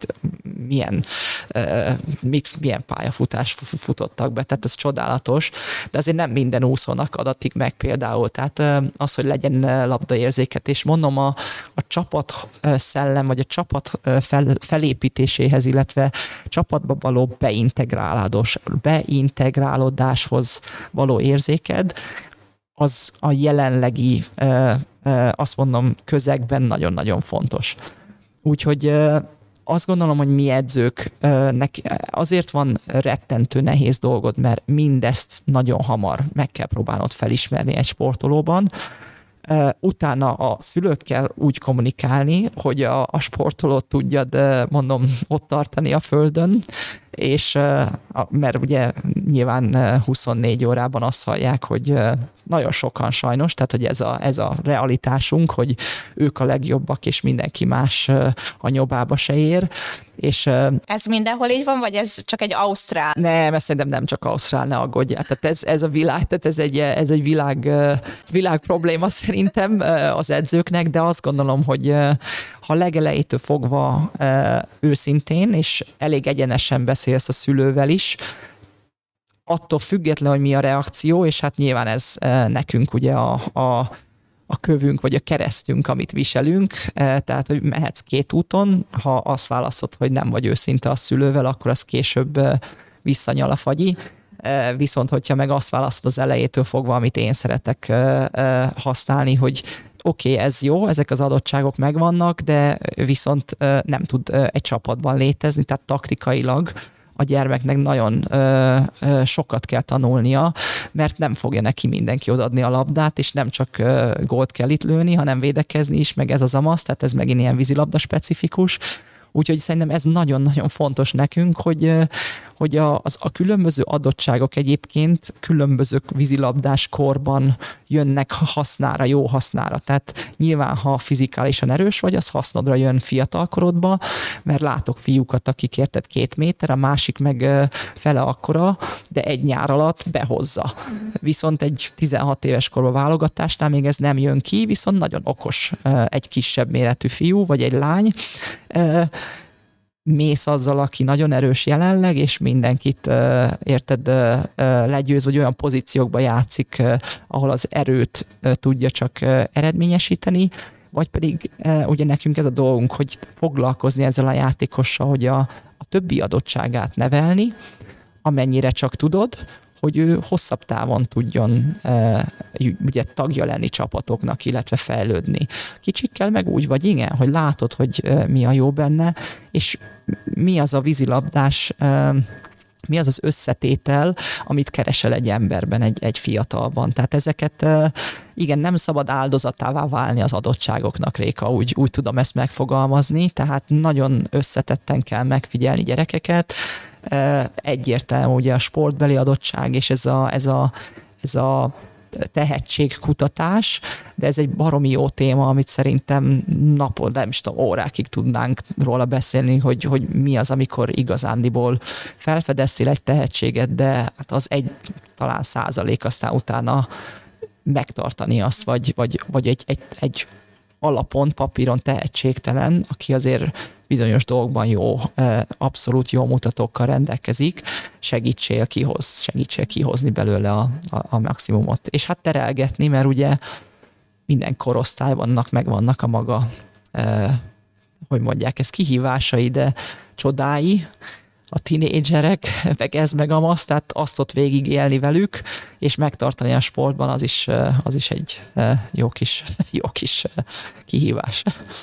milyen pályafutás futottak be, tehát ez csodálatos, de azért nem minden úszónak adatik meg például, tehát az, hogy legyen labdaérzéket, és mondom, a csapat szellem, vagy a csapat felépítéséhez, illetve csapatba való beintegrálódáshoz való érzéked, az a jelenlegi, azt mondom, közegben nagyon-nagyon fontos. Úgyhogy azt gondolom, hogy mi edzőknek azért van rettentő nehéz dolgod, mert mindezt nagyon hamar meg kell próbálnod felismerni egy sportolóban. Utána a szülőkkel úgy kommunikálni, hogy a sportolót tudjad, mondom, ott tartani a földön, és mert ugye nyilván 24 órában azt hallják, hogy nagyon sokan sajnos, tehát hogy ez a realitásunk, hogy ők a legjobbak, és mindenki más a nyobába se ér. És, ez mindenhol így van, vagy ez csak egy ausztrál? Nem, ez szerintem nem csak ausztrál, ne aggódjál. Tehát ez a világ, tehát ez egy világ probléma szerintem az edzőknek, de azt gondolom, hogy ha legelejétől fogva őszintén, és elég egyenesen beszélsz a szülővel is, attól független, hogy mi a reakció, és hát nyilván ez nekünk ugye a kövünk, vagy a keresztünk, amit viselünk, tehát, hogy mehetsz két úton, ha azt választod, hogy nem vagy őszinte a szülővel, akkor az később visszanyal a fagyi, viszont hogyha meg azt választod az elejétől fogva, amit én szeretek használni, hogy oké, ez jó, ezek az adottságok megvannak, de viszont nem tud egy csapatban létezni, tehát taktikailag a gyermeknek nagyon sokat kell tanulnia, mert nem fogja neki mindenki odaadni a labdát, és nem csak gólt kell itt lőni, hanem védekezni is, meg ez az amaz, tehát ez megint ilyen vízilabda specifikus. Úgyhogy szerintem ez nagyon-nagyon fontos nekünk, hogy a különböző adottságok egyébként különböző vízilabdás korban jönnek hasznára, jó hasznára. Tehát nyilván, ha fizikálisan erős vagy, az hasznodra jön fiatalkorodba, mert látok fiúkat, akik érted 2 méter, a másik meg fele akkora, de egy nyár alatt behozza. Viszont egy 16 éves korban válogatásnál még ez nem jön ki, viszont nagyon okos egy kisebb méretű fiú, vagy egy lány, mész azzal, aki nagyon erős jelenleg, és mindenkit érted legyőz, vagy olyan pozíciókba játszik, ahol az erőt tudja csak eredményesíteni, vagy pedig ugye nekünk ez a dolgunk, hogy foglalkozni ezzel a játékossal, hogy a többi adottságát nevelni, amennyire csak tudod, hogy ő hosszabb távon tudjon ugye tagja lenni csapatoknak, illetve fejlődni. Kicsikkel meg úgy vagy, igen, hogy látod, hogy mi a jó benne, és mi az a vízilabdás, mi az az összetétel, amit keresel egy emberben, egy fiatalban. Tehát ezeket igen, nem szabad áldozatává válni az adottságoknak, Réka, úgy tudom ezt megfogalmazni, tehát nagyon összetetten kell megfigyelni gyerekeket. Egyértelmű ugye a sportbeli adottság, és ez a tehetségkutatás, de ez egy baromi jó téma, amit szerintem napon, nem is tudom, órákig tudnánk róla beszélni, hogy mi az, amikor igazándiból felfedeztél egy tehetséget, de hát az talán 1%, aztán utána megtartani azt, vagy egy alapon, papíron tehetségtelen, aki azért bizonyos dolgokban jó, abszolút jó mutatókkal rendelkezik, segítsél kihozni belőle a maximumot. És hát terelgetni, mert ugye minden korosztálynak megvannak a maga, hogy mondják, ez kihívásai, de csodái, a tinédzserek, meg ez meg amaz, tehát azt ott végigélni velük, és megtartani a sportban, az is egy jó kis kihívás.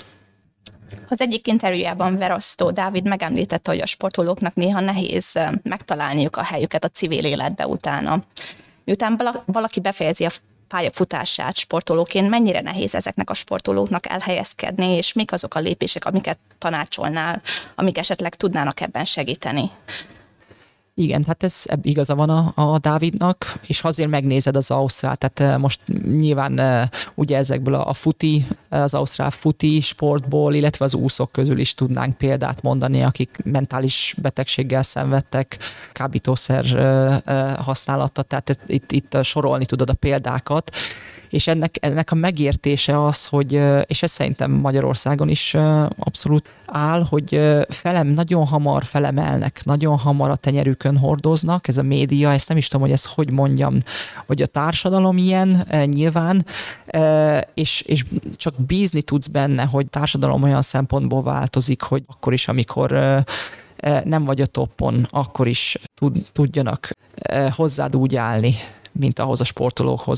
Az egyik interjújában Verasztó Dávid megemlítette, hogy a sportolóknak néha nehéz megtalálniuk a helyüket a civil életbe utána. Miután valaki befejezi a pályafutását sportolóként, mennyire nehéz ezeknek a sportolóknak elhelyezkedni, és mik azok a lépések, amiket tanácsolnál, amik esetleg tudnának ebben segíteni? Igen, hát ez igaza van a Dávidnak, és azért megnézed az ausztrál, tehát most nyilván ugye ezekből az ausztrál futi sportból, illetve az úszók közül is tudnánk példát mondani, akik mentális betegséggel szenvedtek, kábítószer használata, tehát itt sorolni tudod a példákat, és ennek a megértése az, hogy, és ez szerintem Magyarországon is abszolút áll, hogy nagyon hamar felemelnek, nagyon hamar a tenyerükön hordoznak, ez a média, ezt nem is tudom, hogy ezt hogy mondjam, hogy a társadalom ilyen nyilván, és csak bízni tudsz benne, hogy társadalom olyan szempontból változik, hogy akkor is, amikor nem vagy a toppon, akkor is tudjanak hozzád úgy állni, mint ahhoz a sportolókhoz,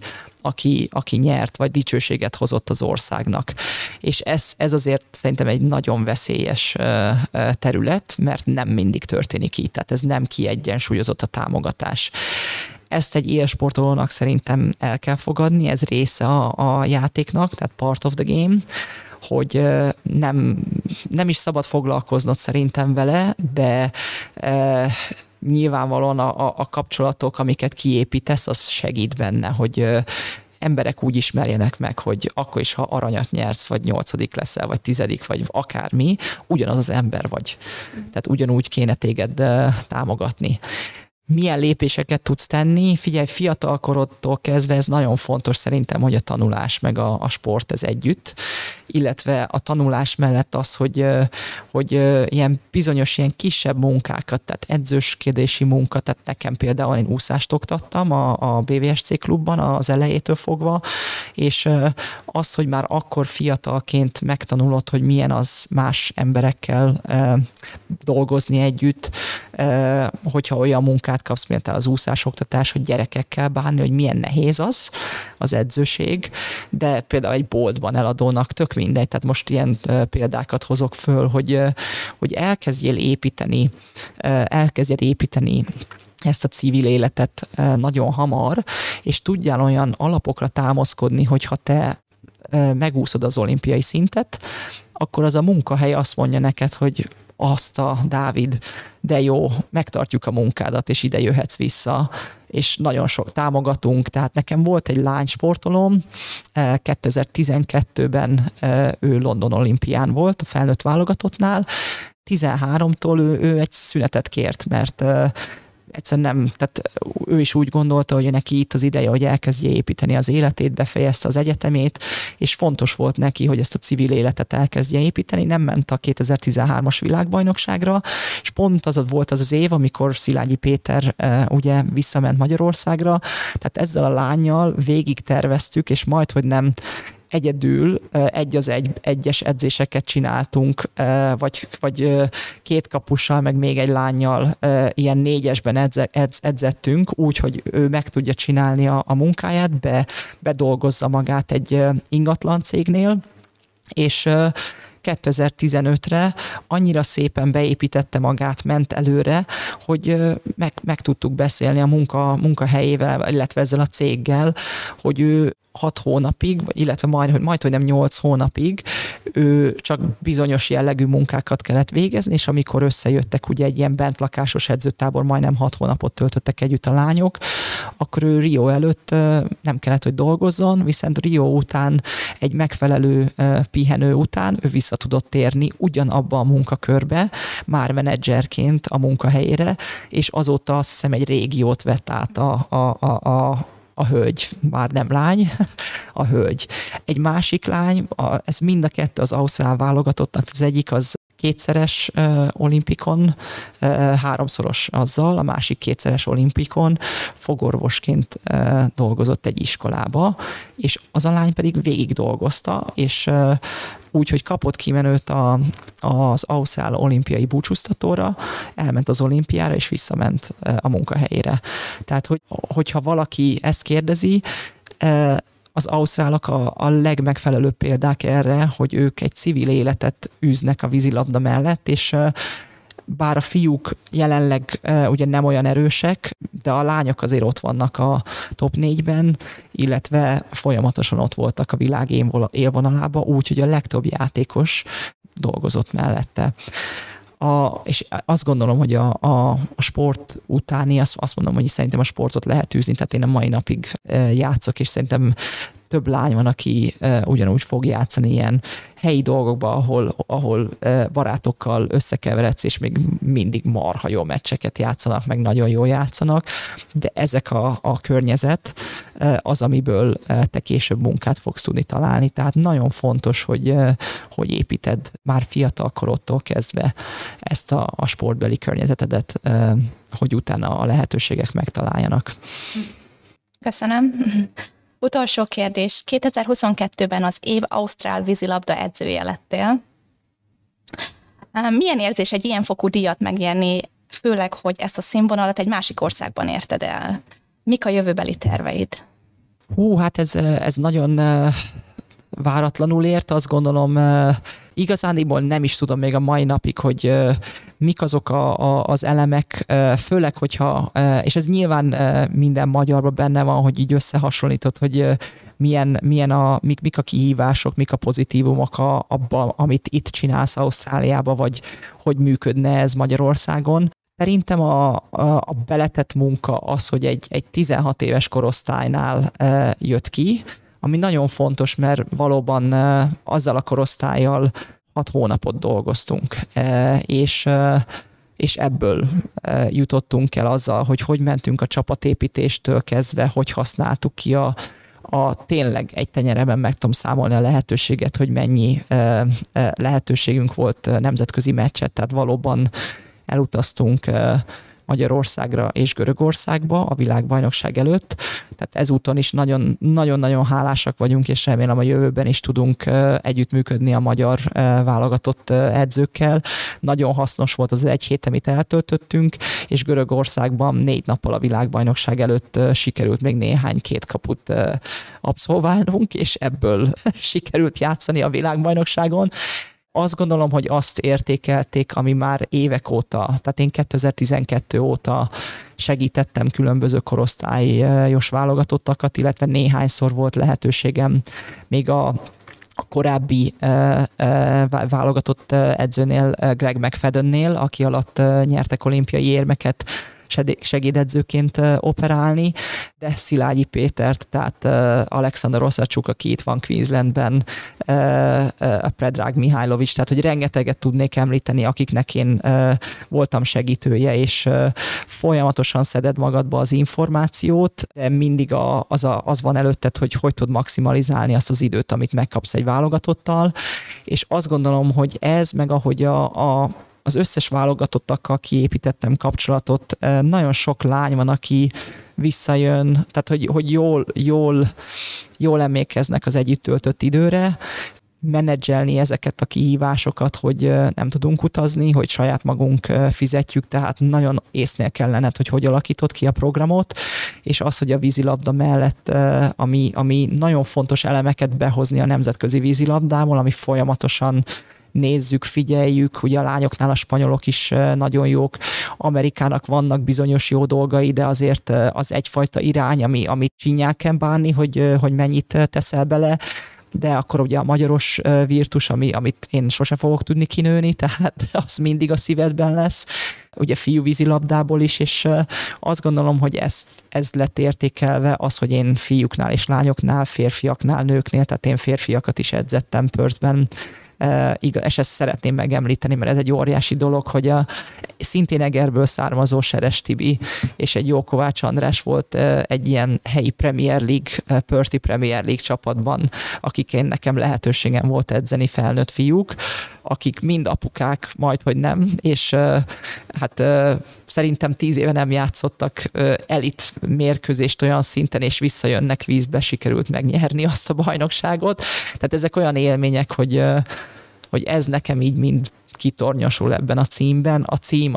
aki nyert, vagy dicsőséget hozott az országnak. És ez azért szerintem egy nagyon veszélyes terület, mert nem mindig történik így, tehát ez nem kiegyensúlyozott a támogatás. Ezt egy ilyen sportolónak szerintem el kell fogadni, ez része a játéknak, tehát part of the game, hogy nem is szabad foglalkoznod szerintem vele, de nyilvánvalóan a kapcsolatok, amiket kiépítesz, az segít benne, hogy emberek úgy ismerjenek meg, hogy akkor is, ha aranyat nyersz, vagy 8. leszel, vagy 10., vagy akármi, ugyanaz az ember vagy. Tehát ugyanúgy kéne téged támogatni. Milyen lépéseket tudsz tenni? Figyelj, fiatalkorodtól kezdve ez nagyon fontos szerintem, hogy a tanulás meg a sport ez együtt, illetve a tanulás mellett az, hogy ilyen bizonyos ilyen kisebb munkákat, tehát edzőskedési munka, tehát nekem például én úszást oktattam a BVSC klubban az elejétől fogva, és az, hogy már akkor fiatalként megtanulod, hogy milyen az más emberekkel dolgozni együtt, hogyha olyan munkát kapsz, mint az úszásoktatás, hogy gyerekekkel bánni, hogy milyen nehéz az edzőség, de például egy boltban eladónak tök mindegy, tehát most ilyen példákat hozok föl, hogy elkezdjél építeni ezt a civil életet nagyon hamar, és tudjál olyan alapokra támaszkodni, hogyha te megúszod az olimpiai szintet, akkor az a munkahely azt mondja neked, hogy azt a Dávid, de jó, megtartjuk a munkádat, és ide jöhetsz vissza, és nagyon sok támogatunk. Tehát nekem volt egy lánysportolóm, 2012-ben ő London olimpián volt, a felnőtt válogatottnál, 13-tól ő egy szünetet kért, mert egyszerűen nem, tehát ő is úgy gondolta, hogy neki itt az ideje, hogy elkezdje építeni az életét, befejezte az egyetemét, és fontos volt neki, hogy ezt a civil életet elkezdje építeni, nem ment a 2013-as világbajnokságra, és pont az volt az év, amikor Szilágyi Péter ugye visszament Magyarországra, tehát ezzel a lánnyal végig terveztük, és majdhogy nem egyedül egyes edzéseket csináltunk, vagy két kapussal, meg még egy lánnyal ilyen négyesben edzettünk, úgy, hogy ő meg tudja csinálni a munkáját, bedolgozza magát egy ingatlan cégnél, és 2015-re annyira szépen beépítette magát, ment előre, hogy meg tudtuk beszélni a munkahelyével, illetve ezzel a céggel, hogy ő 6 hónapig, illetve majd hogy nem 8 hónapig, ő csak bizonyos jellegű munkákat kellett végezni, és amikor összejöttek ugye egy ilyen bentlakásos edzőtábor, majdnem 6 hónapot töltöttek együtt a lányok, akkor ő Rio előtt nem kellett, hogy dolgozzon, viszont Rio után egy megfelelő pihenő után ő vissza tudott térni ugyanabba a munkakörbe, már menedzserként a munkahelyére, és azóta azt hiszem egy régiót vett át a hölgy, már nem lány, a hölgy. Egy másik lány, ez mind a kettő az ausztrál válogatottnak, az egyik az kétszeres olimpikon, 3-szoros azzal, a másik kétszeres olimpikon fogorvosként dolgozott egy iskolába, és az a lány pedig végig dolgozta, és úgy, hogy kapott kimenőt az ausztrál olimpiai búcsúztatóra, elment az olimpiára, és visszament a munkahelyére. Tehát, hogyha valaki ezt kérdezi, az ausztrálok a legmegfelelőbb példák erre, hogy ők egy civil életet űznek a vízilabda mellett, és bár a fiúk jelenleg ugye nem olyan erősek, de a lányok azért ott vannak a top 4-ben, illetve folyamatosan ott voltak a világ élvonalában, úgyhogy a legtöbb játékos dolgozott mellette. És azt gondolom, hogy a sport utáni, azt mondom, hogy szerintem a sportot lehet űzni, tehát én a mai napig játszok, és szerintem több lány van, aki ugyanúgy fog játszani ilyen helyi dolgokba, ahol barátokkal összekeveredsz, és még mindig marha jó meccseket játszanak, meg nagyon jól játszanak, de ezek a környezet az, amiből te később munkát fogsz tudni találni. Tehát nagyon fontos, hogy építed már fiatal korodtól kezdve ezt a sportbeli környezetedet, hogy utána a lehetőségek megtaláljanak. Köszönöm. Utolsó kérdés. 2022-ben az év ausztrál vízilabda edzője lettél. Milyen érzés egy ilyen fokú díjat megnyerni, főleg, hogy ezt a színvonalat egy másik országban érted el? Mik a jövőbeli terveid? Hát ez nagyon váratlanul ért, azt gondolom, igazániból nem is tudom még a mai napig, hogy mik azok az elemek, főleg, hogyha, és ez nyilván minden magyarban benne van, hogy így összehasonlítod, hogy mik a kihívások, mik a pozitívumok abban, amit itt csinálsz Ausztráliában, vagy hogy működne ez Magyarországon. Szerintem a beletett munka az, hogy egy 16 éves korosztálynál jött ki, ami nagyon fontos, mert valóban azzal a korosztállyal 6 hónapot dolgoztunk, és ebből jutottunk el azzal, hogy mentünk a csapatépítéstől kezdve, hogy használtuk ki a tényleg egy tenyereben meg tudom számolni a lehetőséget, hogy mennyi lehetőségünk volt nemzetközi meccset, tehát valóban elutaztunk Magyarországra és Görögországba a világbajnokság előtt. Tehát ezúton is nagyon-nagyon hálásak vagyunk, és remélem a jövőben is tudunk együttműködni a magyar válogatott edzőkkel. Nagyon hasznos volt az egy hét, amit eltöltöttünk, és Görögországban 4 nappal a világbajnokság előtt sikerült még néhány kétkaput abszolválnunk, és ebből sikerült játszani a világbajnokságon. Azt gondolom, hogy azt értékelték, ami már évek óta, tehát én 2012 óta segítettem különböző korosztályos válogatottakat, illetve néhányszor volt lehetőségem még a korábbi válogatott edzőnél, Greg McFaddennél, aki alatt nyertek olimpiai érmeket segédedzőként operálni, de Szilágyi Pétert, tehát Alexander Osachuk, aki itt van Queenslandben, a Predrag Mihajlovics, tehát hogy rengeteget tudnék említeni, akiknek én voltam segítője, és folyamatosan szeded magadba az információt, de mindig az van előtted, hogy tud maximalizálni azt az időt, amit megkapsz egy válogatottal, és azt gondolom, hogy ez, meg ahogy az összes válogatottakkal kiépítettem kapcsolatot. Nagyon sok lány van, aki visszajön, tehát hogy jól emlékeznek az együtt töltött időre, menedzselni ezeket a kihívásokat, hogy nem tudunk utazni, hogy saját magunk fizetjük, tehát nagyon észnél kell lenned, hogy alakított ki a programot, és az, hogy a vízilabda mellett, ami nagyon fontos elemeket behozni a nemzetközi vízilabdából, ami folyamatosan nézzük, figyeljük, ugye a lányoknál a spanyolok is nagyon jók, Amerikának vannak bizonyos jó dolgai, de azért az egyfajta irány, amit csinyán kell bánni, hogy mennyit teszel bele, de akkor ugye a magyaros virtus, amit én sose fogok tudni kinőni, tehát az mindig a szívedben lesz, ugye fiú vízilabdából is, és azt gondolom, hogy ez lett értékelve, az, hogy én fiúknál és lányoknál, férfiaknál, nőknél, tehát én férfiakat is edzettem Perthben, és ezt szeretném megemlíteni, mert ez egy óriási dolog, hogy szintén Egerből származó Seres Tibi és egy jó Kovács András volt egy ilyen helyi Premier League, Perthi Premier League csapatban, akikén nekem lehetőségem volt edzeni, felnőtt fiúk, akik mind apukák, majdhogy nem, és hát szerintem 10 éve nem játszottak elit mérkőzést olyan szinten, és visszajönnek vízbe, sikerült megnyerni azt a bajnokságot. Tehát ezek olyan élmények, hogy ez nekem így mind kitornyosul ebben a címben. A cím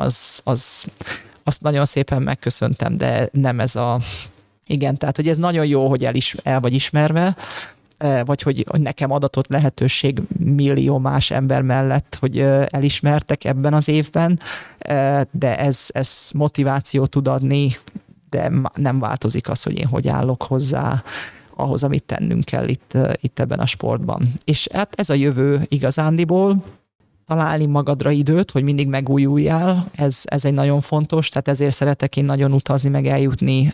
azt nagyon szépen megköszöntem, de nem ez igen, tehát hogy ez nagyon jó, hogy el vagy ismerve, vagy hogy nekem adatott lehetőség millió más ember mellett, hogy elismertek ebben az évben, de ez motivációt tud adni, de nem változik az, hogy én hogy állok hozzá ahhoz, amit tennünk kell itt ebben a sportban. És hát ez a jövő igazándiból, találni magadra időt, hogy mindig megújuljál, ez egy nagyon fontos, tehát ezért szeretek én nagyon utazni, meg eljutni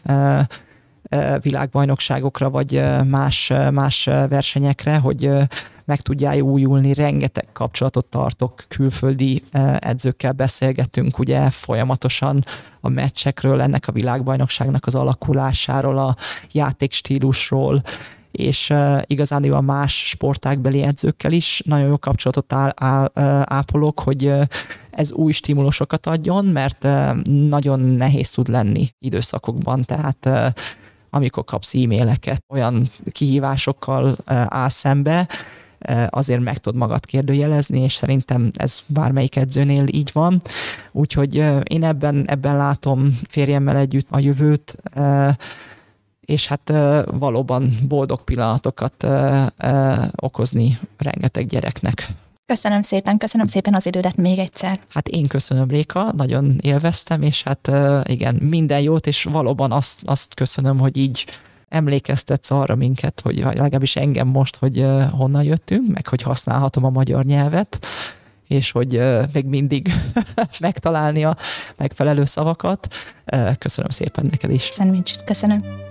világbajnokságokra, vagy más versenyekre, hogy meg tudjál újulni, rengeteg kapcsolatot tartok, külföldi edzőkkel beszélgetünk, ugye folyamatosan a meccsekről, ennek a világbajnokságnak az alakulásáról, a játékstílusról, és igazán a más sportágbeli edzőkkel is nagyon jó kapcsolatot ápolok, hogy ez új stimulusokat adjon, mert nagyon nehéz tud lenni időszakokban, tehát amikor kapsz e-maileket, olyan kihívásokkal állsz szembe, azért meg tudod magad kérdőjelezni, és szerintem ez bármelyik edzőnél így van. Úgyhogy én ebben látom férjemmel együtt a jövőt, és hát valóban boldog pillanatokat okozni rengeteg gyereknek. Köszönöm szépen az idődet még egyszer. Hát én köszönöm, Réka, nagyon élveztem, és hát igen, minden jót, és valóban azt köszönöm, hogy így emlékeztetsz arra minket, hogy legalábbis engem most, hogy honnan jöttünk, meg hogy használhatom a magyar nyelvet, és hogy még mindig megtalálni a megfelelő szavakat. Köszönöm szépen neked is. Köszönöm.